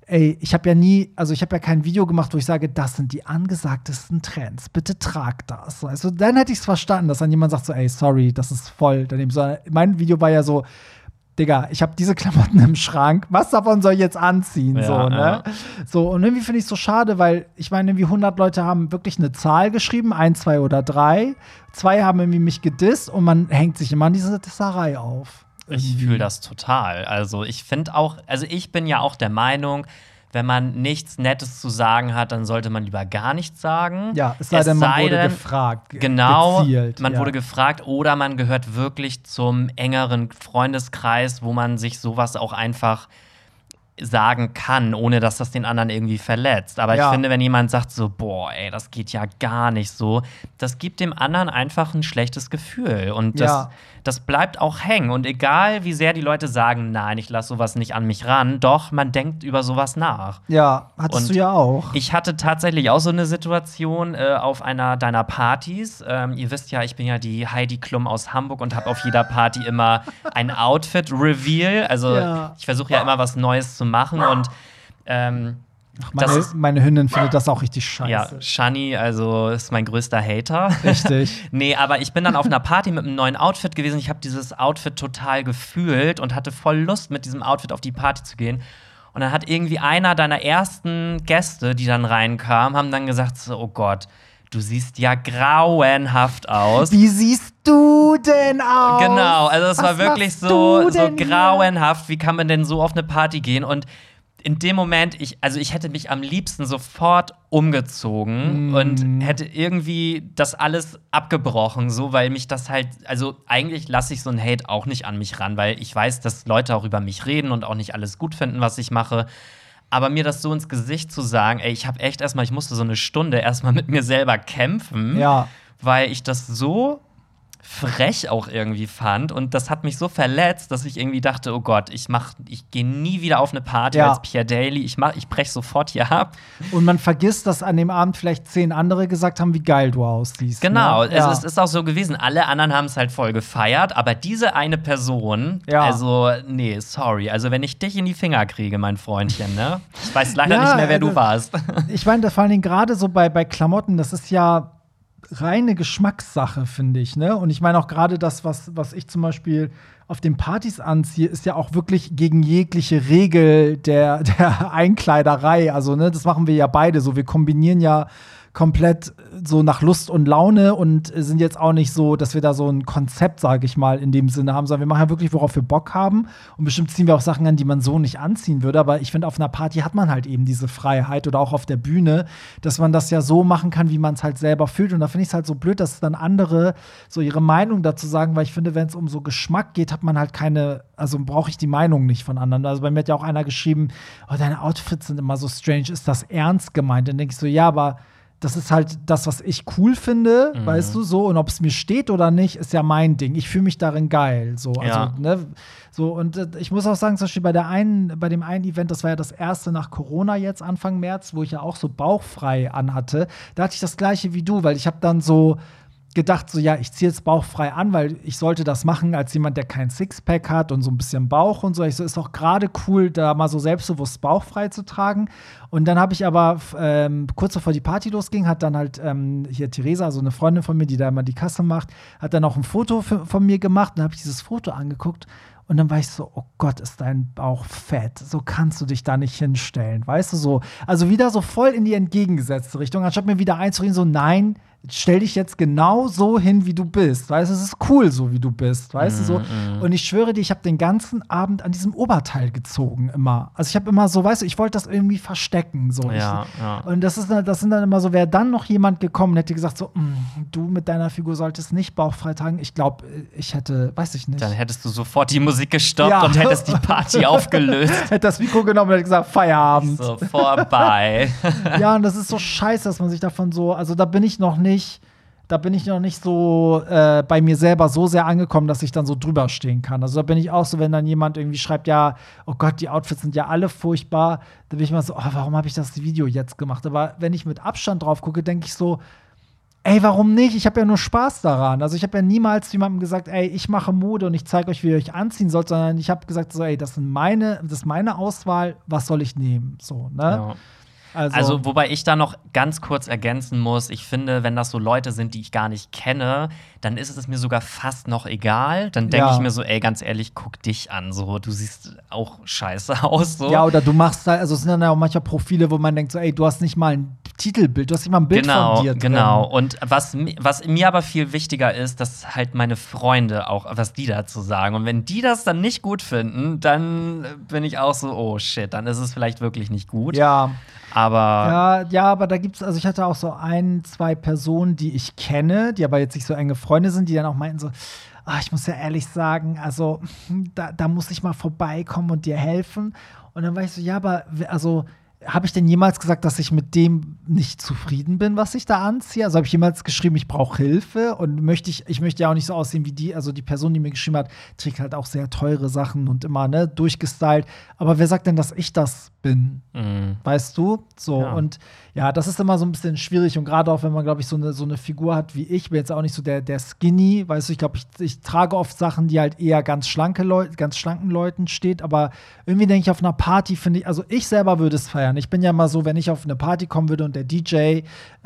ey, ich habe ja kein Video gemacht, wo ich sage, das sind die angesagtesten Trends, bitte trag das. Also dann hätte ich es verstanden, dass dann jemand sagt so, ey, sorry, das ist voll daneben. So, mein Video war ja so, Digga, ich habe diese Klamotten im Schrank, was davon soll ich jetzt anziehen? Ja, so, ne? So, und irgendwie finde ich es so schade, weil ich meine, irgendwie 100 Leute haben wirklich eine Zahl geschrieben, 1, 2 oder 3. 2 haben irgendwie mich gedisst und man hängt sich immer an diese Disserei auf. Ich fühle das total. Also ich bin ja auch der Meinung, wenn man nichts Nettes zu sagen hat, dann sollte man lieber gar nichts sagen. Ja, es sei denn, man wurde gefragt. Genau, gezielt, man wurde gefragt oder man gehört wirklich zum engeren Freundeskreis, wo man sich sowas auch einfach sagen kann, ohne dass das den anderen irgendwie verletzt. Aber ich finde, wenn jemand sagt so, boah, ey, das geht ja gar nicht so, das gibt dem anderen einfach ein schlechtes Gefühl. Und das bleibt auch hängen. Und egal, wie sehr die Leute sagen, nein, ich lasse sowas nicht an mich ran, doch, man denkt über sowas nach. Ja, hattest du ja auch. Ich hatte tatsächlich auch so eine Situation auf einer deiner Partys. Ihr wisst ja, ich bin ja die Heidi Klum aus Hamburg und habe auf jeder Party immer ein Outfit-Reveal. Also ich versuche ja immer was Neues zu machen und meine Hündin findet das auch richtig scheiße. Ja, Shani, also ist mein größter Hater. Richtig. Nee, aber ich bin dann auf einer Party mit einem neuen Outfit gewesen. Ich habe dieses Outfit total gefühlt und hatte voll Lust, mit diesem Outfit auf die Party zu gehen. Und dann hat irgendwie einer deiner ersten Gäste, die dann reinkamen, haben dann gesagt so, oh Gott, du siehst ja grauenhaft aus. Wie siehst du denn aus? Genau, also es war wirklich so grauenhaft. Wie kann man denn so auf eine Party gehen? Und in dem Moment, ich hätte mich am liebsten sofort umgezogen und hätte irgendwie das alles abgebrochen, so, weil mich das halt, also eigentlich lasse ich so einen Hate auch nicht an mich ran, weil ich weiß, dass Leute auch über mich reden und auch nicht alles gut finden, was ich mache. Aber mir das so ins Gesicht zu sagen, ey, ich musste so eine Stunde erstmal mit mir selber kämpfen, weil ich das so frech auch irgendwie fand und das hat mich so verletzt, dass ich irgendwie dachte, oh Gott, ich gehe nie wieder auf eine Party als Pierre Daly, ich brech sofort hier ab. Und man vergisst, dass an dem Abend vielleicht 10 andere gesagt haben, wie geil du aussiehst. Genau, ne? Es ist auch so gewesen, alle anderen haben es halt voll gefeiert, aber diese eine Person, also nee, sorry, also wenn ich dich in die Finger kriege, mein Freundchen, ne? Ich weiß leider nicht mehr, wer du warst. Ich meine, vor allen Dingen gerade so bei Klamotten, das ist ja reine Geschmackssache, finde ich, ne? Und ich meine auch gerade das, was ich zum Beispiel auf den Partys anziehe, ist ja auch wirklich gegen jegliche Regel der Einkleiderei. Also, ne, das machen wir ja beide so. Wir kombinieren ja komplett so nach Lust und Laune und sind jetzt auch nicht so, dass wir da so ein Konzept, sage ich mal, in dem Sinne haben, sondern wir machen ja wirklich, worauf wir Bock haben. Und bestimmt ziehen wir auch Sachen an, die man so nicht anziehen würde. Aber ich finde, auf einer Party hat man halt eben diese Freiheit oder auch auf der Bühne, dass man das ja so machen kann, wie man es halt selber fühlt. Und da finde ich es halt so blöd, dass dann andere so ihre Meinung dazu sagen, weil ich finde, wenn es um so Geschmack geht, hat man halt brauche ich die Meinung nicht von anderen. Also bei mir hat ja auch einer geschrieben, oh, deine Outfits sind immer so strange, ist das ernst gemeint? Dann denke ich so, ja, aber das ist halt das, was ich cool finde, weißt du, so. Und ob es mir steht oder nicht, ist ja mein Ding. Ich fühle mich darin geil, so. Also, ne, so. Und ich muss auch sagen, zum Beispiel bei dem einen Event, das war ja das erste nach Corona jetzt, Anfang März, wo ich ja auch so bauchfrei anhatte, da hatte ich das Gleiche wie du, weil ich habe dann so gedacht, so, ja, ich ziehe jetzt bauchfrei an, weil ich sollte das machen als jemand, der kein Sixpack hat und so ein bisschen Bauch und so. Ich so, ist auch gerade cool, da mal so selbstbewusst bauchfrei zu tragen. Und dann habe ich aber, kurz bevor die Party losging, hat dann halt hier Theresa, also eine Freundin von mir, die da immer die Kasse macht, hat dann auch ein Foto von mir gemacht. Dann habe ich dieses Foto angeguckt und dann war ich so, oh Gott, ist dein Bauch fett. So kannst du dich da nicht hinstellen, weißt du, so. Also wieder so voll in die entgegengesetzte Richtung, anstatt mir wieder einzureden, so, nein, stell dich jetzt genau so hin, wie du bist. Weißt du, es ist cool, so wie du bist. Weißt du, so. Und ich schwöre dir, ich habe den ganzen Abend an diesem Oberteil gezogen, immer. Also ich habe immer so, weißt du, ich wollte das irgendwie verstecken. So. Und das sind dann immer so, wäre dann noch jemand gekommen und hätte gesagt, so, du mit deiner Figur solltest nicht bauchfrei tragen. Ich glaube, ich hätte, weiß ich nicht. Dann hättest du sofort die Musik gestoppt und hättest die Party aufgelöst. Hätte das Mikro genommen und hätte gesagt, Feierabend. So, vorbei. Ja, und das ist so scheiße, dass man sich davon so, also da bin ich noch nicht so bei mir selber so sehr angekommen, dass ich dann so drüber stehen kann. Also da bin ich auch so, wenn dann jemand irgendwie schreibt, ja, oh Gott, die Outfits sind ja alle furchtbar, dann bin ich mal so, oh, warum habe ich das Video jetzt gemacht? Aber wenn ich mit Abstand drauf gucke, denke ich so, ey, warum nicht? Ich habe ja nur Spaß daran. Also ich habe ja niemals jemandem gesagt, ey, ich mache Mode und ich zeige euch, wie ihr euch anziehen sollt, sondern ich habe gesagt, so, ey, das ist meine Auswahl, was soll ich nehmen? So, ne? Ja. Also, wobei ich da noch ganz kurz ergänzen muss, ich finde, wenn das so Leute sind, die ich gar nicht kenne, dann ist es mir sogar fast noch egal. Dann denke ich mir so, ey, ganz ehrlich, guck dich an, so, du siehst auch scheiße aus. So. Ja, oder du machst halt, also es sind dann ja auch manchmal Profile, wo man denkt so, ey, du hast nicht mal ein Titelbild, du hast nicht mal ein Bild von dir drin. Genau, und was mir aber viel wichtiger ist, dass halt meine Freunde auch, was die dazu sagen. Und wenn die das dann nicht gut finden, dann bin ich auch so, oh shit, dann ist es vielleicht wirklich nicht gut. Ja. Aber aber da gibt's, also ich hatte auch so 1, 2 Personen, die ich kenne, die aber jetzt nicht so enge Freunde sind, die dann auch meinten so, ich muss ja ehrlich sagen, also da muss ich mal vorbeikommen und dir helfen. Und dann war ich so, ja, aber also habe ich denn jemals gesagt, dass ich mit dem nicht zufrieden bin, was ich da anziehe? Also habe ich jemals geschrieben, ich brauche Hilfe und ich möchte ja auch nicht so aussehen wie die, also die Person, die mir geschrieben hat, trägt halt auch sehr teure Sachen und immer, ne, durchgestylt. Aber wer sagt denn, dass ich das bin? Weißt du? So, ja. Und ja, das ist immer so ein bisschen schwierig und gerade auch, wenn man, glaube ich, so eine Figur hat wie ich, bin jetzt auch nicht so der Skinny, weißt du, ich glaube, ich trage oft Sachen, die halt eher ganz schlanken Leuten steht, aber irgendwie denke ich, auf einer Party finde ich, also ich selber würde es feiern. Ich bin ja mal so, wenn ich auf eine Party kommen würde und der DJ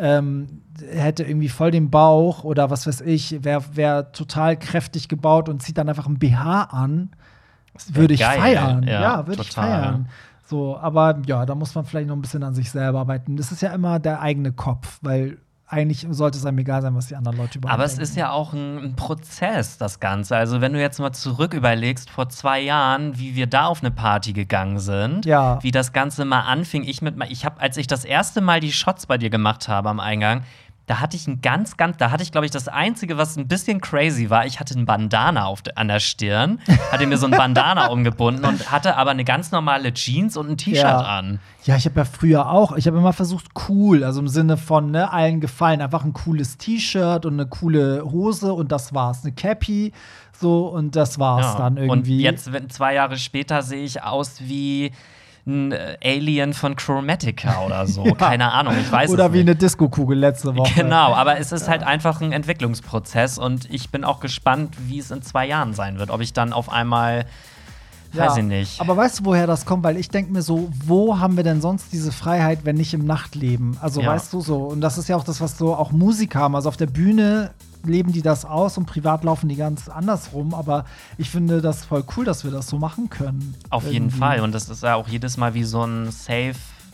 hätte irgendwie voll den Bauch oder was weiß ich, wär total kräftig gebaut und zieht dann einfach ein BH an, würde ich feiern. Ja, würde ich feiern. So, aber ja, da muss man vielleicht noch ein bisschen an sich selber arbeiten. Das ist ja immer der eigene Kopf, weil eigentlich sollte es einem egal sein, was die anderen Leute über Aber denken. Es ist ja auch ein Prozess, das Ganze. Also, wenn du jetzt mal zurück überlegst, vor 2 Jahren, wie wir da auf eine Party gegangen sind, wie das Ganze mal anfing. Als ich das erste Mal die Shots bei dir gemacht habe am Eingang, da hatte ich glaube ich, das Einzige, was ein bisschen crazy war, ich hatte ein Bandana an der Stirn, hatte mir so ein Bandana umgebunden und hatte aber eine ganz normale Jeans und ein T-Shirt an. Ja, ich habe ja früher auch, ich habe immer versucht, cool, also im Sinne von, ne, allen gefallen, einfach ein cooles T-Shirt und eine coole Hose und das war's, eine Cappy, so, und das war's dann irgendwie. Und jetzt, 2 Jahre später, sehe ich aus wie ein Alien von Chromatica oder so. Keine Ahnung, ich weiß es nicht. Oder wie eine Disco-Kugel letzte Woche. Genau, aber es ist halt einfach ein Entwicklungsprozess und ich bin auch gespannt, wie es in 2 Jahren sein wird. Ob ich dann auf einmal, weiß ich nicht. Aber weißt du, woher das kommt? Weil ich denke mir so, wo haben wir denn sonst diese Freiheit, wenn nicht im Nachtleben? Also weißt du so, und das ist ja auch das, was so auch Musiker haben. Also auf der Bühne leben die das aus und privat laufen die ganz andersrum. Aber ich finde das voll cool, dass wir das so machen können. Auf jeden Fall. Und das ist ja auch jedes Mal wie so ein Safe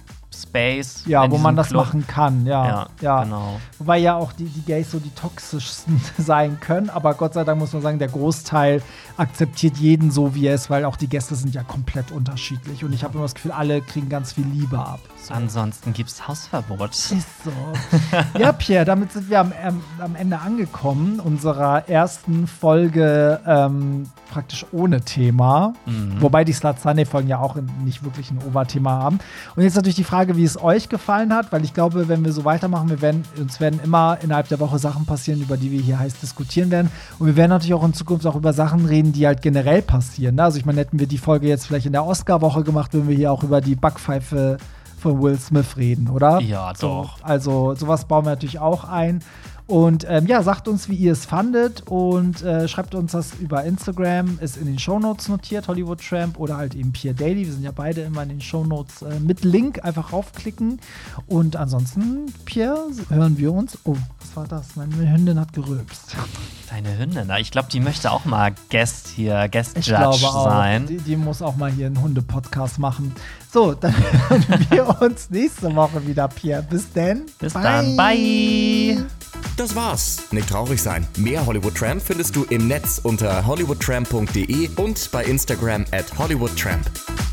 Space. Ja, wo man das machen kann, ja. Genau. Wobei ja auch die Gays so die toxischsten sein können, aber Gott sei Dank muss man sagen, der Großteil akzeptiert jeden so, wie er ist, weil auch die Gäste sind ja komplett unterschiedlich und ich habe immer das Gefühl, alle kriegen ganz viel Liebe ab. So. Ansonsten gibt's Hausverbot. Ist so. Ja, Pierre, damit sind wir am Ende angekommen, unserer ersten Folge praktisch ohne Thema. Wobei die Slut Sunday-Folgen ja auch nicht wirklich ein Oberthema haben. Und jetzt natürlich die Frage, wie es euch gefallen hat, weil ich glaube, wenn wir so weitermachen, uns werden immer innerhalb der Woche Sachen passieren, über die wir hier heiß diskutieren werden. Und wir werden natürlich auch in Zukunft auch über Sachen reden, die halt generell passieren. Also ich meine, hätten wir die Folge jetzt vielleicht in der Oscar-Woche gemacht, würden wir hier auch über die Backpfeife von Will Smith reden, oder? Ja, doch. Also sowas bauen wir natürlich auch ein. Und sagt uns, wie ihr es fandet und schreibt uns das über Instagram, ist in den Shownotes notiert, Hollywood Tramp oder halt eben Pierre Daily. Wir sind ja beide immer in den Shownotes mit Link, einfach raufklicken. Und ansonsten, Pierre, hören wir uns. Oh, was war das? Meine Hündin hat gerülpst. Deine Hündin? Ich glaube, die möchte auch mal Guest-Judge sein. Die muss auch mal hier einen Hunde-Podcast machen. So, dann hören wir uns nächste Woche wieder, Pierre. Bis dann. Bis dann. Bye. Das war's. Nicht traurig sein. Mehr Hollywood Tramp findest du im Netz unter hollywoodtramp.de und bei Instagram @hollywoodtramp.